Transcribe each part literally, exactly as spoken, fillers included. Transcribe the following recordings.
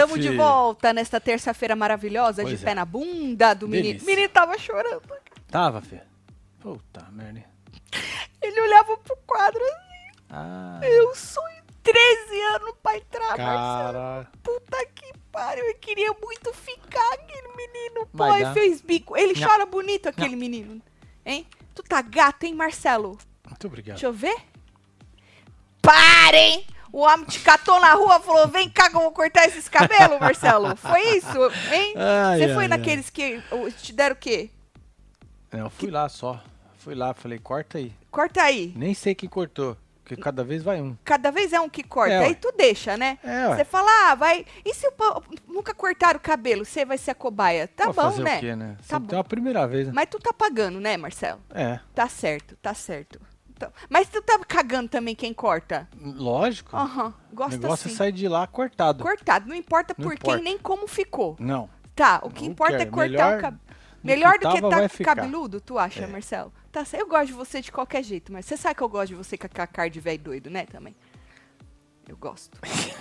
Estamos de volta nesta terça-feira maravilhosa, pois de é. Pé na bunda do menino. O menino tava chorando. Tava, filho. Puta merda. Ele olhava pro quadro assim. Ah. Eu sonho treze anos pra entrar, Cara. Marcelo. Puta que pariu. Eu queria muito ficar aquele menino. Pô, Vai aí dar. fez bico. Ele Não. chora bonito, aquele Não. menino. Hein? Tu tá gato, hein, Marcelo? Muito obrigado. Deixa eu ver. Parem! O homem te catou na rua e falou, vem cá que eu vou cortar esses cabelos, Marcelo. Foi isso, hein? Ai, Você ai, foi ai. naqueles que te deram o quê? Eu fui lá só. Fui lá, falei, corta aí. Corta aí. Nem sei quem cortou, porque cada vez vai um. Cada vez é um que corta, É, aí ué. tu deixa, né? É, ué. Você fala, ah, vai... E se o po- nunca cortaram o cabelo, você vai ser a cobaia? Tá Vou bom, fazer né? o quê, né? Tá Sempre bom. tem uma primeira vez, né? Mas tu tá pagando, né, Marcelo? É, Tá certo, tá certo. Então, mas tu tá cagando também quem corta? lógico. Aham, O gosta negócio assim. é sair de lá cortado. Cortado, não importa Não por importa. quem nem como ficou. Não. Tá, o que Não importa quero. é cortar Melhor o cabelo. do Melhor que do que tava, tá vai ficar. cabeludo, tu acha, É. Marcelo? Tá, eu gosto de você de qualquer jeito, mas você sabe que eu gosto de você com a cara de velho doido, né, também? Eu gosto.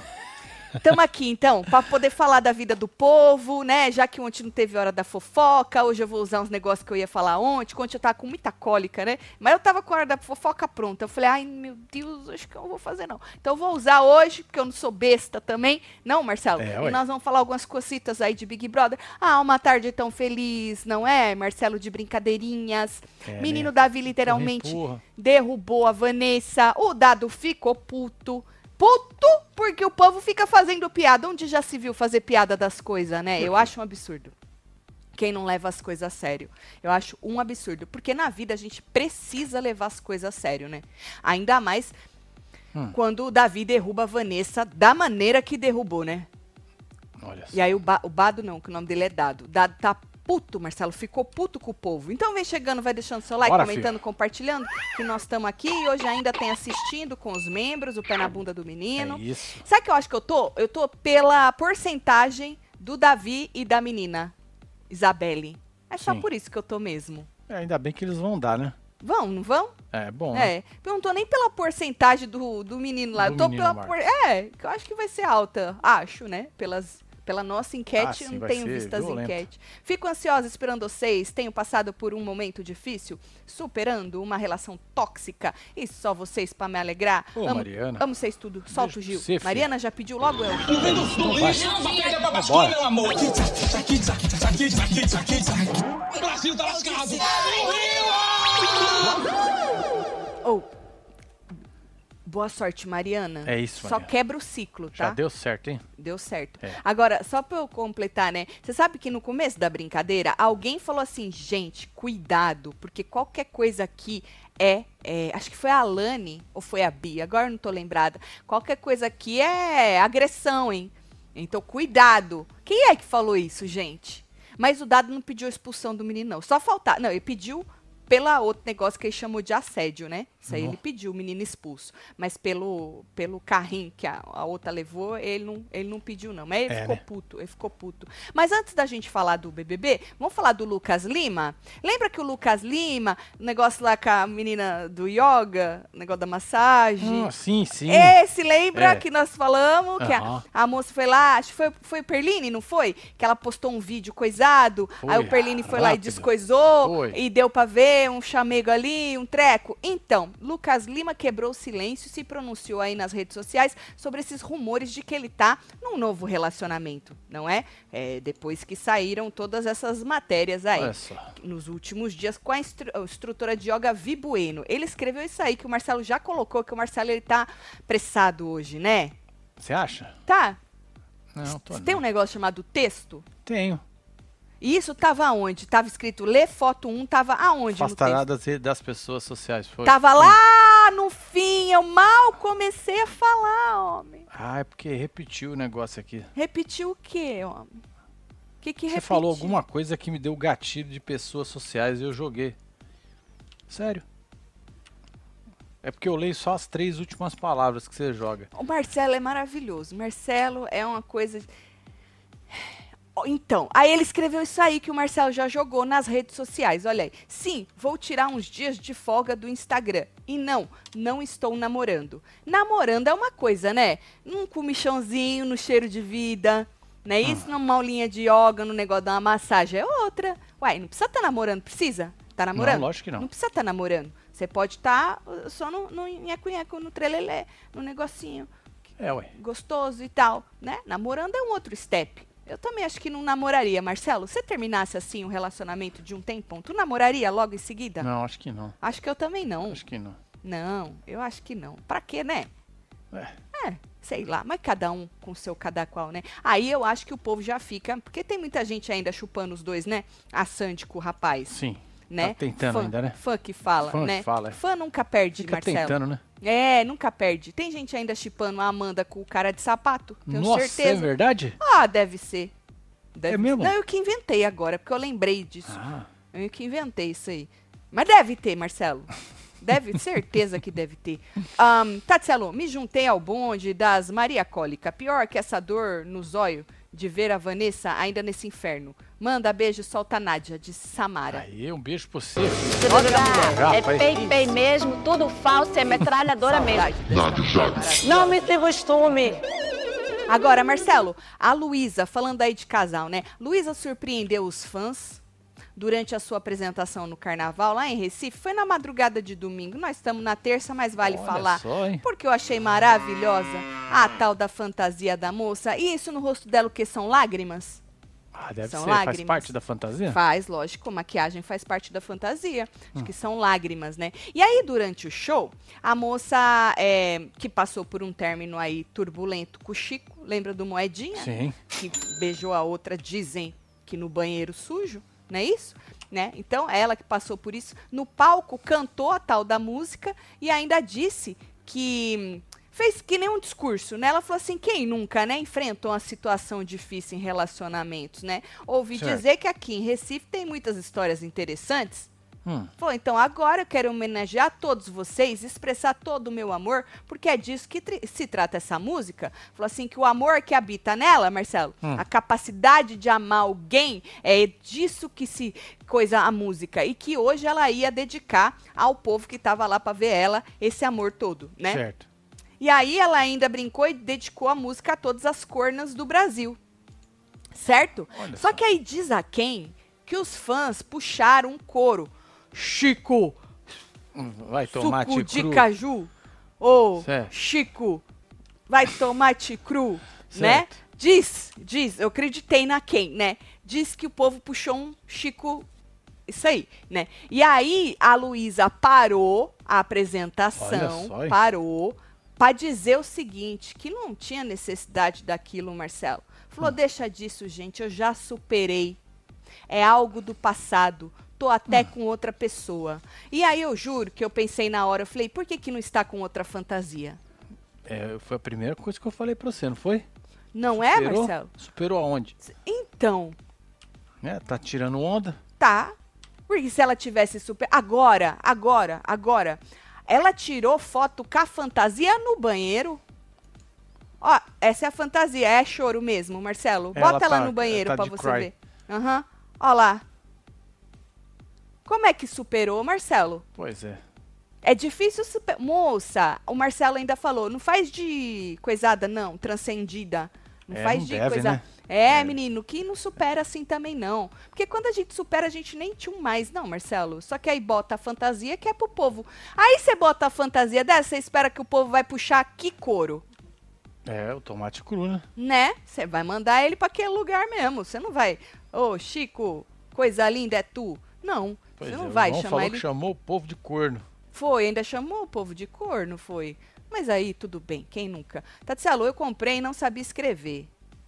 Tamo aqui, então, pra poder falar da vida do povo, né? Já que ontem não teve hora da fofoca, hoje eu vou usar uns negócios que eu ia falar ontem. Ontem eu tava com muita cólica, né? Mas eu tava com a hora da fofoca pronta. Eu falei, ai, meu Deus, acho que eu não vou fazer, não. Então eu vou usar hoje, porque eu não sou besta também. Não, Marcelo? É, e ué. nós vamos falar algumas cositas aí de Big Brother. Ah, uma tarde tão feliz, não é? Marcelo de brincadeirinhas. É, Menino né? Davi literalmente Empurra. derrubou a Vanessa. O Dado ficou puto. Puto porque o povo fica fazendo piada. Onde já se viu fazer piada das coisas, né? Eu acho um absurdo. Quem não leva as coisas a sério. Eu acho um absurdo. Porque na vida a gente precisa levar as coisas a sério, né? Ainda mais Hum. quando o Davi derruba a Vanessa da maneira que derrubou, né? Olha só. E aí o, ba o Bado não, que o nome dele é Dado. Dado tá puto, Marcelo, ficou puto com o povo. Então vem chegando, vai deixando seu like, Bora, comentando, filho. compartilhando, que nós estamos aqui e hoje ainda tem assistindo com os membros, o pé na bunda do menino. É isso. Sabe o que eu acho que eu tô? Eu tô pela porcentagem do Davi e da menina, Isabelle. É só Sim. por isso que eu tô mesmo. É, ainda bem que eles vão dar, né? Vão, não vão? É bom. né? É. Eu não tô nem pela porcentagem do, do menino lá. Do eu tô menino pela. Marcos. Por... É, que eu acho que vai ser alta. Acho, né? Pelas. Pela nossa enquete, Ah, sim, eu não vai tenho ser visto as violento. enquetes. Fico ansiosa esperando vocês. Tenho passado por um momento difícil, superando uma relação tóxica. E só vocês pra me alegrar. Ô, amo, Mariana. amo vocês tudo. Solta o Beijo Gil. pra você, filho. Mariana já pediu logo eu. Então vai. Vambora. O Brasil tá lascado. Oh. Boa sorte, Mariana. É isso, Só Mariana. quebra o ciclo, tá? Já deu certo, hein? Deu certo. É. Agora, só pra eu completar, né? Você sabe que no começo da brincadeira, alguém falou assim, gente, cuidado, porque qualquer coisa aqui é, é, acho que foi a Alane ou foi a Bia, agora eu não tô lembrada. Qualquer coisa aqui é agressão, hein? Então, cuidado. Quem é que falou isso, gente? Mas o Dado não pediu a expulsão do menino, não. Só faltar. Não, ele pediu pela outro negócio que ele chamou de assédio, né? Isso aí Uhum. ele pediu, o menino expulso. Mas pelo, pelo carrinho que a, a outra levou, ele não, ele não pediu, não. Mas ele É, ficou né? puto, ele ficou puto. Mas antes da gente falar do B B B, vamos falar do Lucas Lima? Lembra que o Lucas Lima, o negócio lá com a menina do yoga, o negócio da massagem? Ah, sim, sim. Esse, lembra É. que nós falamos? Que a, Aham. a moça foi lá, acho que foi, foi Perline, não foi? Que ela postou um vídeo coisado, Foi, aí o Perline foi lá e rápido. descoisou, Foi. e deu pra ver um chamego ali, um treco. Então, Lucas Lima quebrou o silêncio e se pronunciou aí nas redes sociais sobre esses rumores de que ele tá num novo relacionamento, não é? É, depois que saíram todas essas matérias aí Olha só. nos últimos dias com a instru- a instrutora de yoga Vi Bueno. Ele escreveu isso aí que o Marcelo já colocou, que o Marcelo ele tá pressado hoje, né? Você acha? Tá. Não, tô Tem um não. negócio chamado texto? Tenho. E isso tava aonde? Tava escrito lê foto um, tava aonde Afastará no texto? das, redes- das pessoas sociais. Foi. Tava lá no fim, eu mal comecei a falar, homem. Ah, é porque repetiu o negócio aqui. Repetiu o quê, homem? O que que Você repetiu? falou alguma coisa que me deu gatilho de pessoas sociais e eu joguei. Sério. É porque eu leio só as três últimas palavras que você joga. O Marcelo é maravilhoso. Marcelo é uma coisa... Então, aí ele escreveu isso aí que o Marcelo já jogou nas redes sociais. Olha aí. Sim, vou tirar uns dias de folga do Instagram. E não, não estou namorando. Namorando é uma coisa, né? Num comichãozinho, no cheiro de vida, Não é isso? Numa aulinha de yoga, no negócio de uma massagem, é outra. Uai, não precisa estar namorando, precisa? Tá namorando? Não, lógico que não. Não precisa estar namorando. Você pode estar uh, só no, no nheco-nheco, no trelelé, no negocinho É, ué. gostoso e tal, né? Namorando é um outro step. Eu também acho que não namoraria, Marcelo. Se terminasse assim um relacionamento de um tempão, tu namoraria logo em seguida? Não, acho que não. Acho que eu também não. Acho que não. Não, eu acho que não. Pra quê, né? É. É, sei lá, mas cada um com o seu cada qual, né? Aí eu acho que o povo já fica, porque tem muita gente ainda chupando os dois, né? A Sandy com o rapaz, Sim. né? Tá tentando fã, ainda, né? Fã que fala, Fã né? que fala, é. Fã nunca perde, Fica Marcelo. tentando, né? É, nunca perde. Tem gente ainda chipando a Amanda com o cara de sapato, tenho Nossa, certeza. é verdade? Ah, deve ser. Deve É mesmo? Não, eu que inventei agora, porque eu lembrei disso. Ah, Eu que inventei isso aí. Mas deve ter, Marcelo. Deve, certeza que deve ter. Um, Tatselo, me juntei ao bonde das Maria Cólica. Pior que essa dor no zóio de ver a Vanessa ainda nesse inferno. Manda beijo, solta Nádia, de Samara. aí, um beijo pra você. É Rafa, aí. pei-pei mesmo, tudo falso, é metralhadora mesmo. Saudade dessa Não me se costume. Agora, Marcelo, a Luísa, falando aí de casal, né? Luísa surpreendeu os fãs durante a sua apresentação no Carnaval lá em Recife. Foi na madrugada de domingo. Nós estamos na terça, mas vale Olha falar. só, hein? Porque eu achei maravilhosa a tal da fantasia da moça. E isso no rosto dela, o que são lágrimas? Ah, deve São ser. Faz lágrimas. parte da fantasia? Faz, lógico, maquiagem faz parte da fantasia. Acho que são lágrimas, né? E aí, durante o show, a moça é, que passou por um término aí turbulento com o Chico, lembra do Moedinha? Sim. Que beijou a outra, dizem que no banheiro sujo, não é isso? Né? Então, ela que passou por isso, no palco cantou a tal da música e ainda disse que fez que nem um discurso, né? Ela falou assim, quem nunca, né, enfrentou uma situação difícil em relacionamentos, né? Ouvi Certo. dizer que aqui em Recife tem muitas histórias interessantes. Hum. Falou, então agora eu quero homenagear todos vocês, expressar todo o meu amor, porque é disso que tri- se trata essa música. Falou assim, que o amor que habita nela, Marcelo, Hum. a capacidade de amar alguém, é disso que se coisa a música. E que hoje ela ia dedicar ao povo que estava lá para ver ela, esse amor todo, né? Certo. E aí ela ainda brincou e dedicou a música a todas as cornas do Brasil. Certo? Olha Só só. que aí diz a quem que os fãs puxaram um coro. Chico, Vai tomate suco de cru. caju. Ô, Certo. Chico, vai tomate cru, né? Certo. Diz, diz, eu acreditei na quem, né? Diz que o povo puxou um Chico, isso aí, né? E aí a Luísa parou a apresentação, Olha só, hein? parou, para dizer o seguinte, que não tinha necessidade daquilo, Marcelo. Falou, Hum. deixa disso, gente, eu já superei. É algo do passado. Tô até Hum. com outra pessoa. E aí eu juro que eu pensei na hora, eu falei, por que que não está com outra fantasia? É, foi a primeira coisa que eu falei pra você, não foi? Não é, Superou? Marcelo? Superou aonde? Então, É, tá tirando onda? tá. Porque se ela tivesse super... Agora, agora, agora. Ela tirou foto com a fantasia no banheiro. Ó, essa é a fantasia, é choro mesmo, Marcelo. Ela Bota ela tá- no banheiro tá pra de você cry. ver. Aham. Ó lá. Como é que superou, Marcelo? Pois é. É difícil super... Moça, o Marcelo ainda falou, não faz de coisada não, transcendida. Não É, faz não de deve, coisa... né? É, É. menino, que não supera assim também não. Porque quando a gente supera, a gente nem tinha um mais, não, Marcelo. Só que aí bota a fantasia que é pro povo. Aí você bota a fantasia dessa, você espera que o povo vai puxar que couro? É, o tomate cru, né? Né? Você vai mandar ele pra aquele lugar mesmo. Você não vai, ô, Chico, coisa linda é tu. Não, Pois você é, não o vai João chamar falou ele... que chamou o povo de corno. Foi, ainda chamou o povo de corno, foi. Mas aí, tudo bem, quem nunca? Tatselo, eu comprei e não sabia escrever.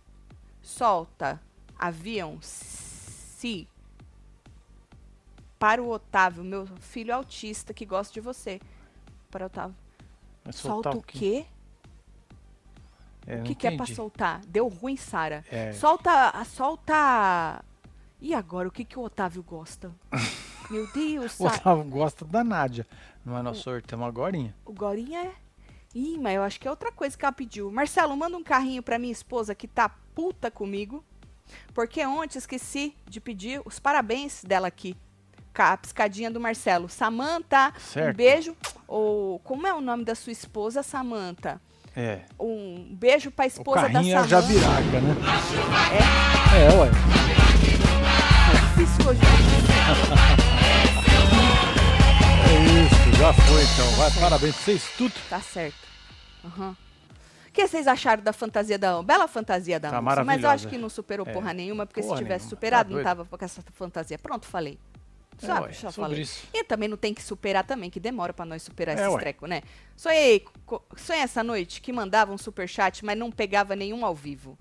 Solta, avião, si. Para o Otávio, meu filho autista que gosta de você. Para o Otávio. Vai Solta soltar o quê? É, O não que, que é pra entendi. soltar? Deu ruim, Sara. É. Solta, solta... E agora, o que, que o Otávio gosta? Meu Deus, O Sara. Otávio gosta da Nádia. Não é nós sorteamos agorinha. O Gorinha é... Ih, mas eu acho que é outra coisa que ela pediu. Marcelo, manda um carrinho pra minha esposa que tá puta comigo. Porque ontem esqueci de pedir os parabéns dela aqui. Com a piscadinha do Marcelo. Samanta, um Certo. beijo. Ou como é o nome da sua esposa, Samanta? É. Um beijo pra O esposa da carrinho é o Samanta. Jabiraca, né? É? É, ué. É difícil hoje. É isso, já foi então. Vai, parabéns pra vocês tudo. Tá certo. Aham. O que vocês acharam da fantasia da Amo? Bela fantasia da Tá moça, mas eu maravilhosa. acho que não superou É. porra nenhuma, porque Porra se tivesse nenhuma. superado, Tá não doido. tava com essa fantasia. Pronto, falei. É, Sabe, ué, já sobre falei. isso. E também não tem que superar também, que demora pra nós superar É, esses ué. trecos, né? Sonhei, co- sonhei essa noite que mandava um superchat, mas não pegava nenhum ao vivo.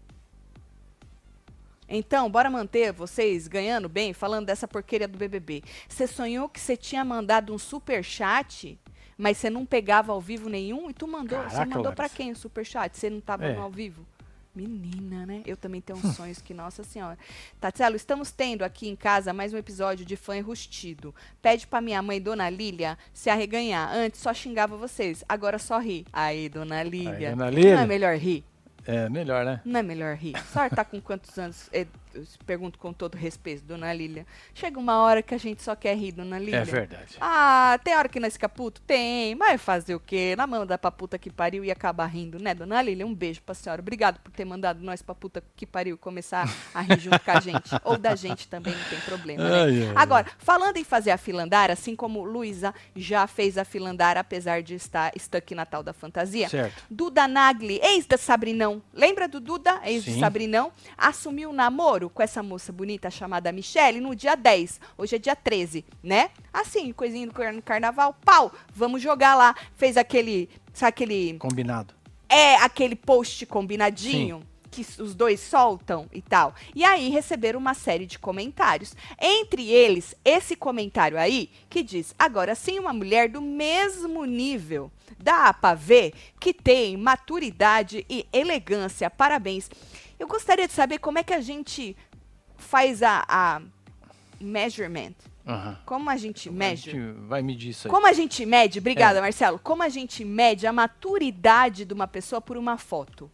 Então, bora manter vocês ganhando bem, falando dessa porqueria do B B B. Você sonhou que você tinha mandado um superchat, mas você não pegava ao vivo nenhum? E tu mandou, você Caraca, mandou pra Larissa. quem o superchat? Você não tava É. no ao vivo? Menina, né? Eu também tenho uns sonhos que, nossa senhora. Tatielo, estamos tendo aqui em casa mais um episódio de Fã Enrustido. Pede pra minha mãe, Dona Lília, se arreganhar. Antes só xingava vocês, agora só ri. Aí, Dona Lília. Dona Lília. Não é melhor rir? É, melhor, né? Não é melhor rir? A senhora tá com quantos anos? É, eu pergunto com todo respeito, Dona Lília. Chega uma hora que a gente só quer rir, Dona Lília. É verdade. Ah, tem hora que nós fica puto? Tem, mas fazer o quê? Na mão da pra puta que pariu e acabar rindo, né, Dona Lília? Um beijo pra senhora. Obrigado por ter mandado nós pra puta que pariu começar a rir junto com a gente. Ou da gente também, não tem problema, né? Ai, ai, Agora, falando em fazer a fila andar, assim como Luísa já fez a fila andar, apesar de estar stuck na tal da fantasia, Certo. Duda Nagli, ex da Sabrinão, lembra do Duda, ex de Sim. Sabrinão? Assumiu um namoro com essa moça bonita chamada Michele no dia dez, hoje é dia treze, né? Assim, coisinha do car- carnaval, pau, vamos jogar lá. Fez aquele, sabe aquele, Combinado. é aquele post combinadinho que s- os dois soltam e tal. E aí receberam uma série de comentários. Entre eles, esse comentário aí que diz: agora sim, uma mulher do mesmo nível dá pra ver que tem maturidade e elegância. Parabéns. Eu gostaria de saber como é que a gente faz a, a measurement. Aham. Como a gente A mede? gente vai medir isso aí. Como a gente mede, obrigada, É. Marcelo, como a gente mede a maturidade de uma pessoa por uma foto?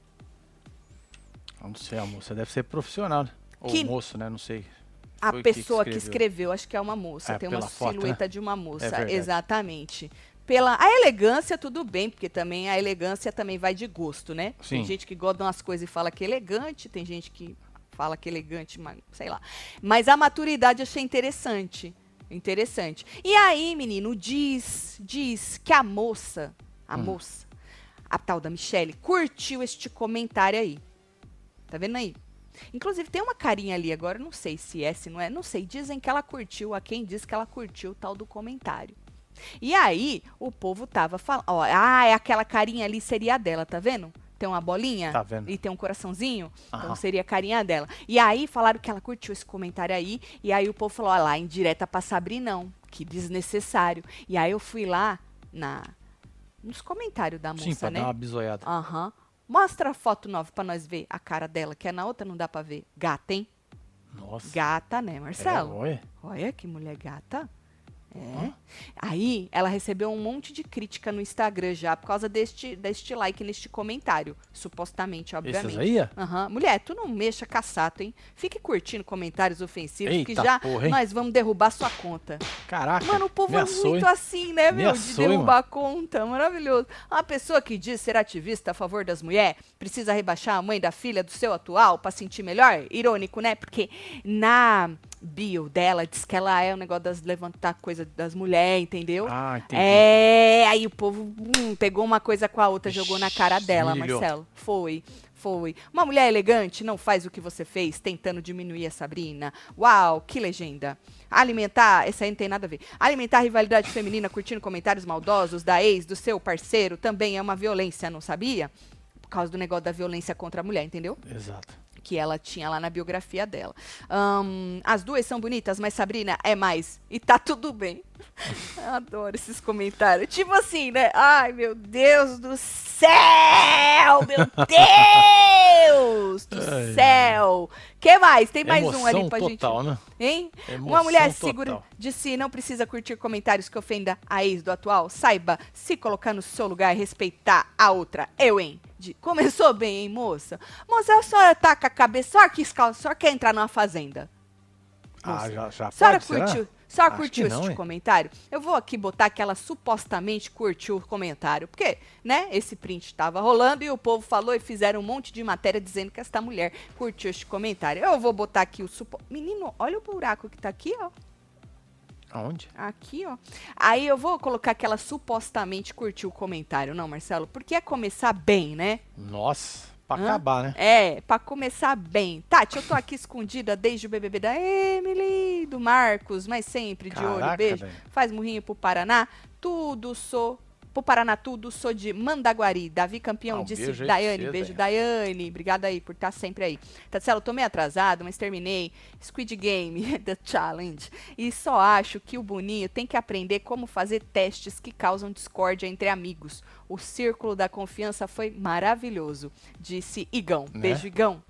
Não sei, a moça deve ser profissional. né? Ou Que- moço, né? Não sei. A Foi que pessoa que escreveu. escreveu, acho que é uma moça, É, tem uma pela foto, silhueta né? de uma moça, É verdade. exatamente. Pela a elegância, tudo bem, porque também a elegância também vai de gosto, né? Tem Sim. gente que gosta de umas coisas e fala que é elegante, tem gente que fala que é elegante, mas sei lá. Mas a maturidade eu achei interessante. Interessante. E aí, menino, diz, diz que a moça, a Hum. moça, a tal da Michelle, curtiu este comentário aí. Tá vendo aí? Inclusive, tem uma carinha ali agora, não sei se é, se não é, não sei. Dizem que ela curtiu, a quem diz que ela curtiu o tal do comentário. E aí, o povo tava falando, ó, ah, é aquela carinha ali, seria a dela, tá vendo? Tem uma bolinha Tá vendo? e tem um coraçãozinho, então Aham. seria a carinha dela. E aí, falaram que ela curtiu esse comentário aí, e aí o povo falou, ó lá, indireta pra Sabrinão, que desnecessário. E aí eu fui lá na, nos comentários da moça, Sim, pra né? dar uma bisoiada. Aham. Mostra a foto nova pra nós ver a cara dela, que é na outra não dá pra ver. Gata, hein? Nossa. Gata, né, É, Marcelo? olha. Olha que mulher gata. É. Aí ela recebeu um monte de crítica no Instagram já por causa deste, deste like neste comentário. Supostamente, obviamente. Esses aí, é? Aham. Mulher, tu não mexa caçato, hein? Fique curtindo comentários ofensivos que Eita já porra, hein? nós vamos derrubar sua conta. Caraca. Mano, o povo me é assou, muito hein? assim, né, Me meu? De assou, hein, derrubar a conta. Maravilhoso. Uma pessoa que diz ser ativista a favor das mulheres precisa rebaixar a mãe da filha do seu atual pra sentir melhor? Irônico, né? Porque na bio dela diz que ela é o negócio das levantar coisa das mulheres, entendeu? Ah, entendi. É, aí o povo hum, pegou uma coisa com a outra, jogou na cara Ixi, dela, humilhou. Marcelo. Foi, foi. Uma mulher elegante não faz o que você fez, tentando diminuir a Sabrina. Uau, que legenda. Alimentar, essa aí não tem nada a ver. Alimentar a rivalidade feminina curtindo comentários maldosos da ex, do seu parceiro, também é uma violência, não sabia? Por causa do negócio da violência contra a mulher, entendeu? Exato. Que ela tinha lá na biografia dela. Ahn, as duas são bonitas, mas Sabrina é mais. E tá tudo bem. Eu adoro esses comentários. Tipo assim, né? Ai, meu Deus do céu! Meu Deus do Ai, céu! Que mais? Tem mais Emoção um ali pra total, gente. né? Hein? Emoção Uma mulher total. segura de si não precisa curtir comentários que ofenda a ex do atual. Saiba se colocar no seu lugar e respeitar a outra. Eu, hein? De, começou bem, hein, moça? Moça, a senhora tá com a cabeça... A senhora, quis, cal- a senhora quer entrar numa fazenda? Ah, Moça, já, já A senhora pode, será? curtiu... Só Acho curtiu que não, esse hein? comentário? Eu vou aqui botar que ela supostamente curtiu o comentário. Porque, né, esse print tava rolando e o povo falou e fizeram um monte de matéria dizendo que esta mulher curtiu este comentário. Eu vou botar aqui o supo... Menino, olha o buraco que tá aqui, ó. Aonde? Aqui, ó. Aí eu vou colocar que ela supostamente curtiu o comentário. Não, Marcelo, porque é começar bem, né? Nossa, pra Hã? acabar, né? É, pra começar bem. Tati, eu tô aqui escondida desde o B B B da Emily, do Marcos, mas sempre de olho. Caraca, Beijo. velho. Faz murrinho pro Paraná. Tudo sou. Pro Paraná, tudo sou de Mandaguari. Davi campeão, Ah, um disse beijo aí Daiane. pra você, Beijo, Daiane. Daiane. Obrigada aí por estar sempre aí. Tatselo, eu tô meio atrasado, mas terminei Squid Game, The Challenge. E só acho que o Boninho tem que aprender como fazer testes que causam discórdia entre amigos. O círculo da confiança foi maravilhoso, disse Igão. Né? Beijo, Igão.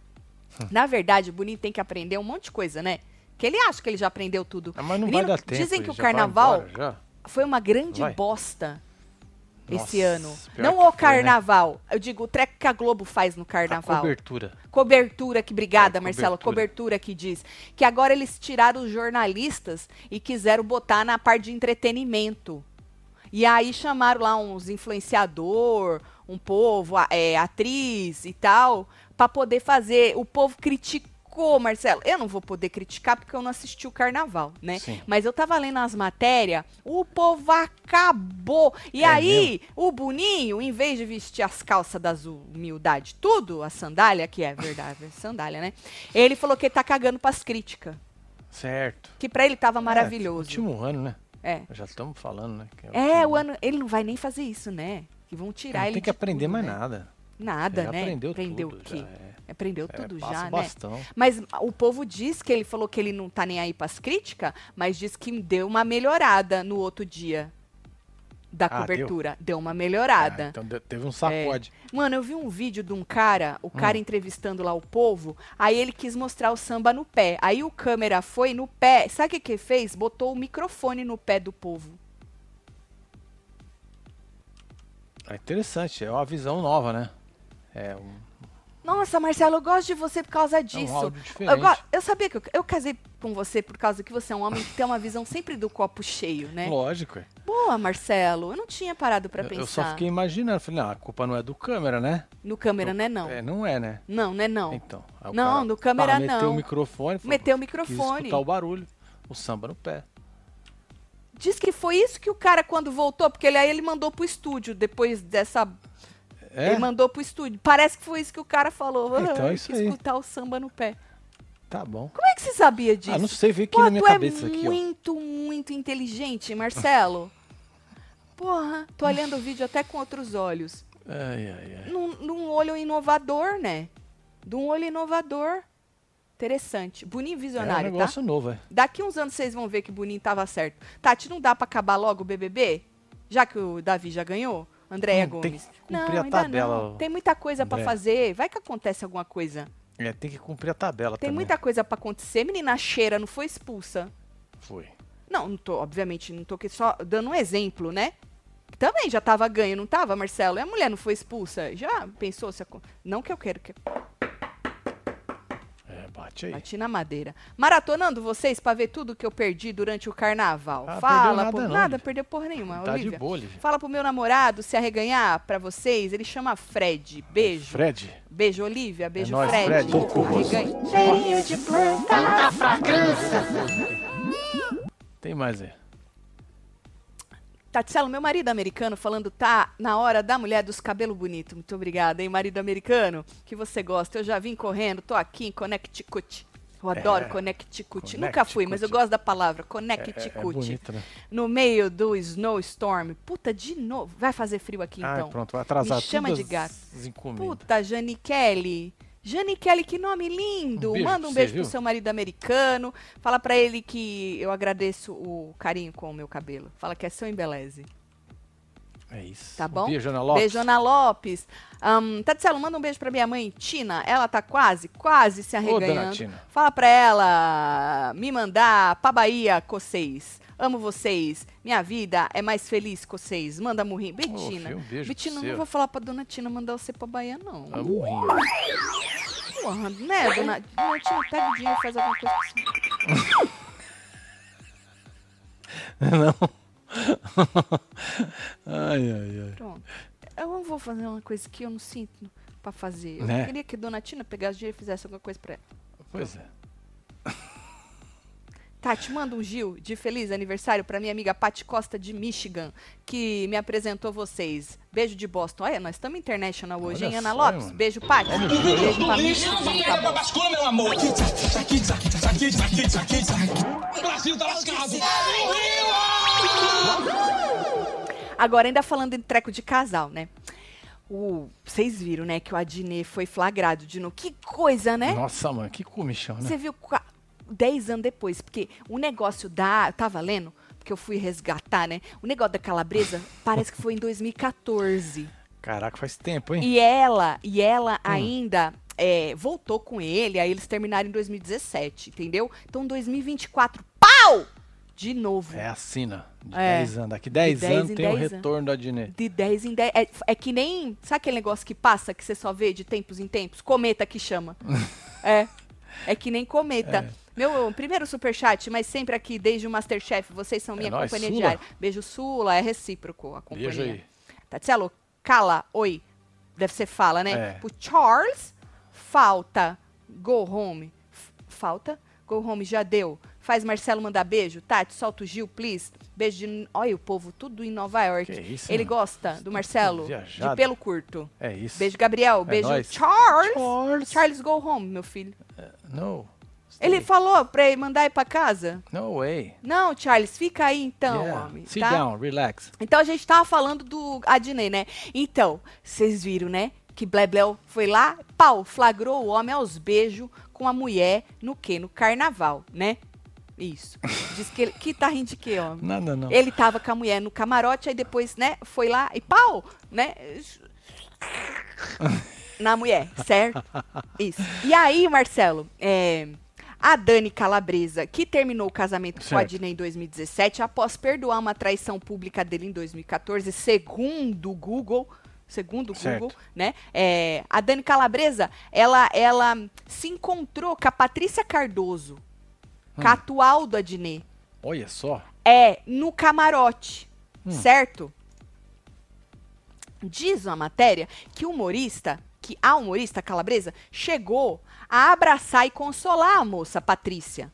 Na verdade, o Boninho tem que aprender um monte de coisa, né? Que ele acha que ele já aprendeu tudo. Ah, mas não Menino, vai dar tempo. dizem ele que o já vai carnaval embora, já. foi uma grande Vai. bosta esse Nossa, ano. pior Não que o foi, né? carnaval. Eu digo o treco que a Globo faz no A carnaval. cobertura. Cobertura, que obrigada, É, Marcelo. cobertura. Cobertura que diz. Que agora eles tiraram os jornalistas e quiseram botar na parte de entretenimento. E aí chamaram lá uns influenciador, um povo, a- é, atriz e tal, pra poder fazer. O povo criticou, Marcelo. Eu não vou poder criticar porque eu não assisti o carnaval, né? Sim. Mas eu tava lendo as matérias, o povo acabou. E É aí, o Boninho, em vez de vestir as calças das humildade, tudo, a sandália, que é verdade, é sandália, né? Ele falou que ele tá cagando pras críticas. Certo. Que pra ele tava É, maravilhoso. último ano, né? É. Já estamos falando, né? que É, último o ano. Ele não vai nem fazer isso, né? Que vão tirar Não ele tem que de aprender tudo, mais né? nada. Nada, Já né? aprendeu Aprendeu tudo, o quê? já é. Aprendeu É, tudo passa já, o né? bastão. Mas o povo diz que ele falou que ele não tá nem aí pras críticas, mas diz que deu uma melhorada no outro dia da Ah, cobertura. Deu? uma Ah, melhorada. então de- teve um sacode. Mano, eu vi um vídeo de um cara, o cara Hum. entrevistando lá o povo, aí ele quis mostrar o samba no pé. Aí o câmera foi no pé. Sabe o que que fez? Botou o microfone no pé do povo. É interessante, é uma visão nova, né? É um, Nossa, Marcelo, eu gosto de você por causa disso. áudio eu, diferente. go- eu sabia que eu, eu casei com você por causa que você é um homem que tem uma visão sempre do copo cheio, né? lógico. É. Boa, Marcelo. Eu não tinha parado pra Eu, pensar. eu só fiquei imaginando, falei, não, a culpa não é do câmera, né? No câmera, né, não? É, não é, né? Não, né, não. Então. aí o Não, cara, no câmera pá, Meteu não. o microfone. falou, Meteu o Quis microfone. escutar o barulho, o samba no pé. Diz que foi isso que o cara, quando voltou, porque ele, aí ele mandou pro estúdio, depois dessa... É, Ele mandou pro estúdio. Parece que foi isso que o cara falou. Então é Ah, isso quis aí. escutar o samba no pé. tá bom. Como é que você sabia disso? Ah, não sei, veio aqui Pô, na minha tu cabeça é aqui, ó. muito, muito inteligente, Marcelo. Porra, tô olhando o vídeo até com outros olhos. Ai, ai, ai. Num, num olho inovador, né? De um olho inovador. Interessante. Boninho É um visionário, tá? negócio novo, é. Daqui uns anos vocês vão ver que o Boninho tava certo. Tati, não dá pra acabar logo o B B B? Já que o Davi já ganhou? Andréia Hum, tem Gomes. que Não, cumprir a ainda tabela, não. Tem muita coisa pra Andréia. fazer. Vai que acontece alguma coisa. É, tem que cumprir a tabela Tem também. muita coisa pra acontecer. Menina, a Cheira não foi expulsa. Foi. Não, não tô, obviamente, não tô aqui só dando um exemplo, né? Também já tava ganho, não tava, Marcelo? E a mulher não foi expulsa? Já pensou se... acon- Não que eu quero que... É, bate aí. Bati na madeira. Maratonando vocês pra ver tudo que eu perdi durante o carnaval. Ah, Fala, perdeu nada pô, não, nada, Olivia. perdeu porra nenhuma, Tá Olivia. de boa, Olivia. Fala pro meu namorado se arreganhar pra vocês. Ele chama Fred. Beijo. Fred. Beijo, Olivia. Beijo, nóis, Fred. Fred. Arreganhe. Cheirinho de planta. Tem mais aí. Tatselo, meu marido americano falando, tá na hora da mulher dos cabelos bonitos. Muito obrigada, hein, marido americano? Que você gosta. Eu já vim correndo, tô aqui em Connecticut. Eu adoro É, Connecticut. Nunca fui, mas eu gosto da palavra Connecticut. É, é bonito, né? No meio do snowstorm. Puta, de novo. Vai fazer frio aqui, Ah, então. pronto, vai atrasar Me chama todas de gato. as encomendas. Puta, Jane Kelly. Jane Kelly, que nome lindo. Um beijo Manda pra um você, beijo viu? pro seu marido americano. Fala pra ele que eu agradeço o carinho com o meu cabelo. Fala que é seu embeleze. É isso. Tá bom? Beijo, Ana Lopes. Beijo, Ana Lopes. Um, Tatselo, manda um beijo pra minha mãe, Tina. Ela tá quase, quase se Ô, dona arreganhando. Tina. Fala pra ela me mandar pra Bahia com vocês. Amo vocês. Minha vida é mais feliz com vocês. Manda murrinho. Betina. filho, um beijo Betina, pro não seu. vou falar pra dona Tina mandar você pra Bahia, não. Amo rir. Porra, né, dona, dona Tina, pega o dinheiro e faz alguma coisa pra você. Não. Ai, ai, ai. Pronto. Eu não vou fazer uma coisa que eu não sinto pra fazer. Eu Né? queria que Dona Tina pegasse dinheiro e fizesse alguma coisa pra ela. Pois é. Tati, manda um Gil de feliz aniversário pra minha amiga Paty Costa de Michigan, que me apresentou vocês. Beijo de Boston. Olha, nós estamos international hoje, Olha hein, Ana só, Lopes? mano. Beijo, Paty. Um Beijo minuto pra do lixo, Michigan, vem tá pra bom. bascula, meu amor. O Brasil tá lascado. Agora, ainda falando em treco de casal, né? O, vocês viram, né, que o Adnet foi flagrado de novo. Que coisa, né? Nossa, mano, que comichão, né? Você viu qua- dez anos depois, porque o negócio da... Eu tava lendo, porque eu fui resgatar, né? O negócio da Calabresa parece que foi em dois mil e quatorze. Caraca, faz tempo, hein? E ela, e ela ainda é, voltou com ele, aí eles terminaram em dois mil e dezessete, entendeu? Então, dois mil e vinte e quatro, pau! De novo. É assim, né? De É. dez anos. Daqui dez dez anos em tem o dez retorno do Adnet. De dez em dez. É, é que nem. Sabe aquele negócio que passa, que você só vê de tempos em tempos? Cometa que chama. é. É que nem cometa. É. Meu primeiro superchat, mas sempre aqui, desde o Masterchef, vocês são minha É nóis, companhia Sula. diária. Beijo, Sula, é recíproco a companhia. Beijo aí. Tatielo, cala, oi. Deve ser fala, né? É. Pro Charles, falta, go home. F- falta, go home, já deu. Faz Marcelo mandar beijo. Tati, solta o Gil, please. Beijo de... Olha o povo, tudo em Nova York. Que isso, Ele mano. gosta do Marcelo, viajado. de pelo curto. É isso. Beijo, Gabriel. Beijo, nóis. Charles. Charles. Charles, go home, meu filho. No. Ele Stay. falou pra ele mandar ir pra casa? No way. Não, Charles, fica aí então, Yeah. homem. Sit tá? down, relax. Então a gente tava falando do Adnet, né? Então, vocês viram, né? Que Blebleu foi lá, pau, flagrou o homem aos beijos com a mulher no quê? No carnaval, né? Isso. Diz que ele... Que tá rindo de quê, homem? Nada, não. Ele tava com a mulher no camarote, aí depois, né, foi lá e pau, né? Na mulher, certo? Isso. E aí, Marcelo, é, a Dani Calabresa, que terminou o casamento com o Certo. Adnet em dois mil e dezessete, após perdoar uma traição pública dele em dois mil e quatorze, segundo o Google, segundo o Certo. Google, né? É, a Dani Calabresa, ela, ela se encontrou com a Patrícia Cardoso, com a atual do Adnet. Olha só. É, no camarote, certo? Diz a matéria que o humorista, que a humorista Calabresa, chegou a abraçar e consolar a moça Patrícia.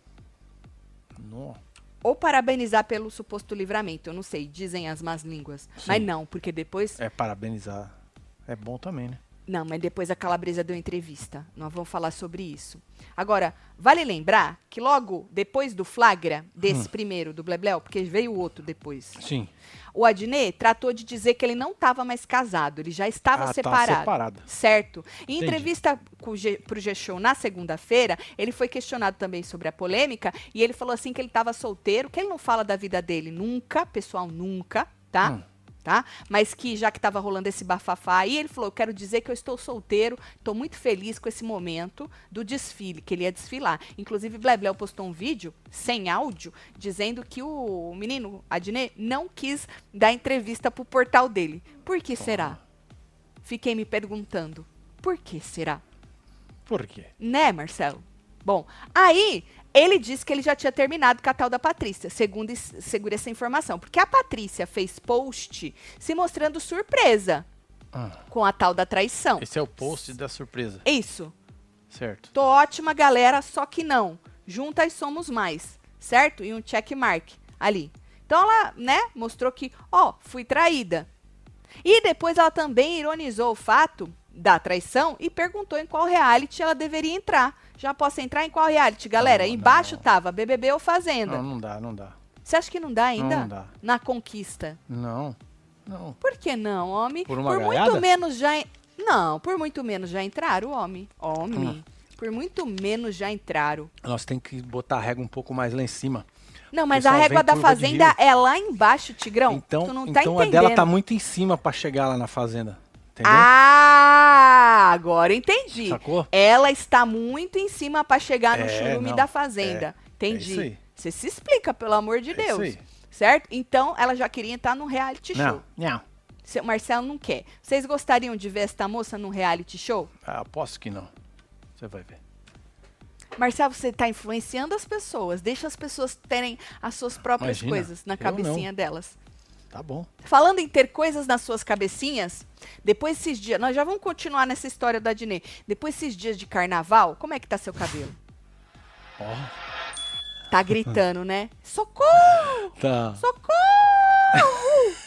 No. Ou parabenizar pelo suposto livramento, eu não sei, dizem as más línguas. Sim. Mas não, porque depois... É parabenizar. É bom também, né? Não, mas depois a Calabresa deu entrevista. Nós vamos falar sobre isso. Agora, vale lembrar que logo depois do flagra, desse primeiro, do Blebleu, porque veio o outro depois, Sim. o Adnet tratou de dizer que ele não estava mais casado, ele já estava Ah, tá separado. separado. Certo. Em Entendi. entrevista para o G-Show na segunda-feira, ele foi questionado também sobre a polêmica e ele falou assim que ele estava solteiro, que ele não fala da vida dele nunca, pessoal, nunca, tá? Hum. Tá? Mas que já que estava rolando esse bafafá aí, ele falou, eu quero dizer que eu estou solteiro, estou muito feliz com esse momento do desfile, que ele ia desfilar. Inclusive, Blebleu postou um vídeo, sem áudio, dizendo que o menino, Adnet, não quis dar entrevista pro portal dele. Por que será? Fiquei me perguntando, por que será? Por quê? Né, Marcelo? Bom, aí ele disse que ele já tinha terminado com a tal da Patrícia, segundo is- segura essa informação. Porque a Patrícia fez post se mostrando surpresa Ah, com a tal da traição. esse é o post da surpresa. Isso. Certo. Tô ótima, galera, só que não. Juntas somos mais, certo? E um check mark ali. Então ela, né, mostrou que, ó, fui traída. E depois ela também ironizou o fato da traição e perguntou em qual reality ela deveria entrar. Já posso entrar em qual reality, galera? Não, Embaixo não. tava B B B ou Fazenda. Não, não dá, não dá. Você acha que não dá ainda? Não dá. Na conquista. Não. Não. Por que não, homem? Por uma muito gaiada? menos já... en- Não, por muito menos já entraram, homem. Homem. Hum. Por muito menos já entraram. Nós tem que botar a régua um pouco mais lá em cima. Não, mas pessoal a régua vem da curva de Fazenda rio. é lá embaixo, Tigrão. Então, tu não tá então a entendendo. dela tá muito em cima pra chegar lá na fazenda. Entendeu? Ah, agora entendi. Sacou? Ela está muito em cima pra chegar no É, churume não, da Fazenda. é, é Entendi. isso aí. Você se explica, pelo amor de É Deus. isso aí. Certo? Então, ela já queria entrar num reality show. Não, não. Seu Marcelo não quer. Vocês gostariam de ver esta moça num reality show? Ah, aposto que não. Você vai ver. Marcelo, você tá influenciando as pessoas. Deixa as pessoas terem as suas próprias Imagina, coisas na eu cabecinha não. delas. Tá bom. Falando em ter coisas nas suas cabecinhas, depois desses dias... Nós já vamos continuar nessa história da Dinê. Depois desses dias de carnaval, como é que tá seu cabelo? Ó. Tá gritando, né? Socorro! Tá. Socorro!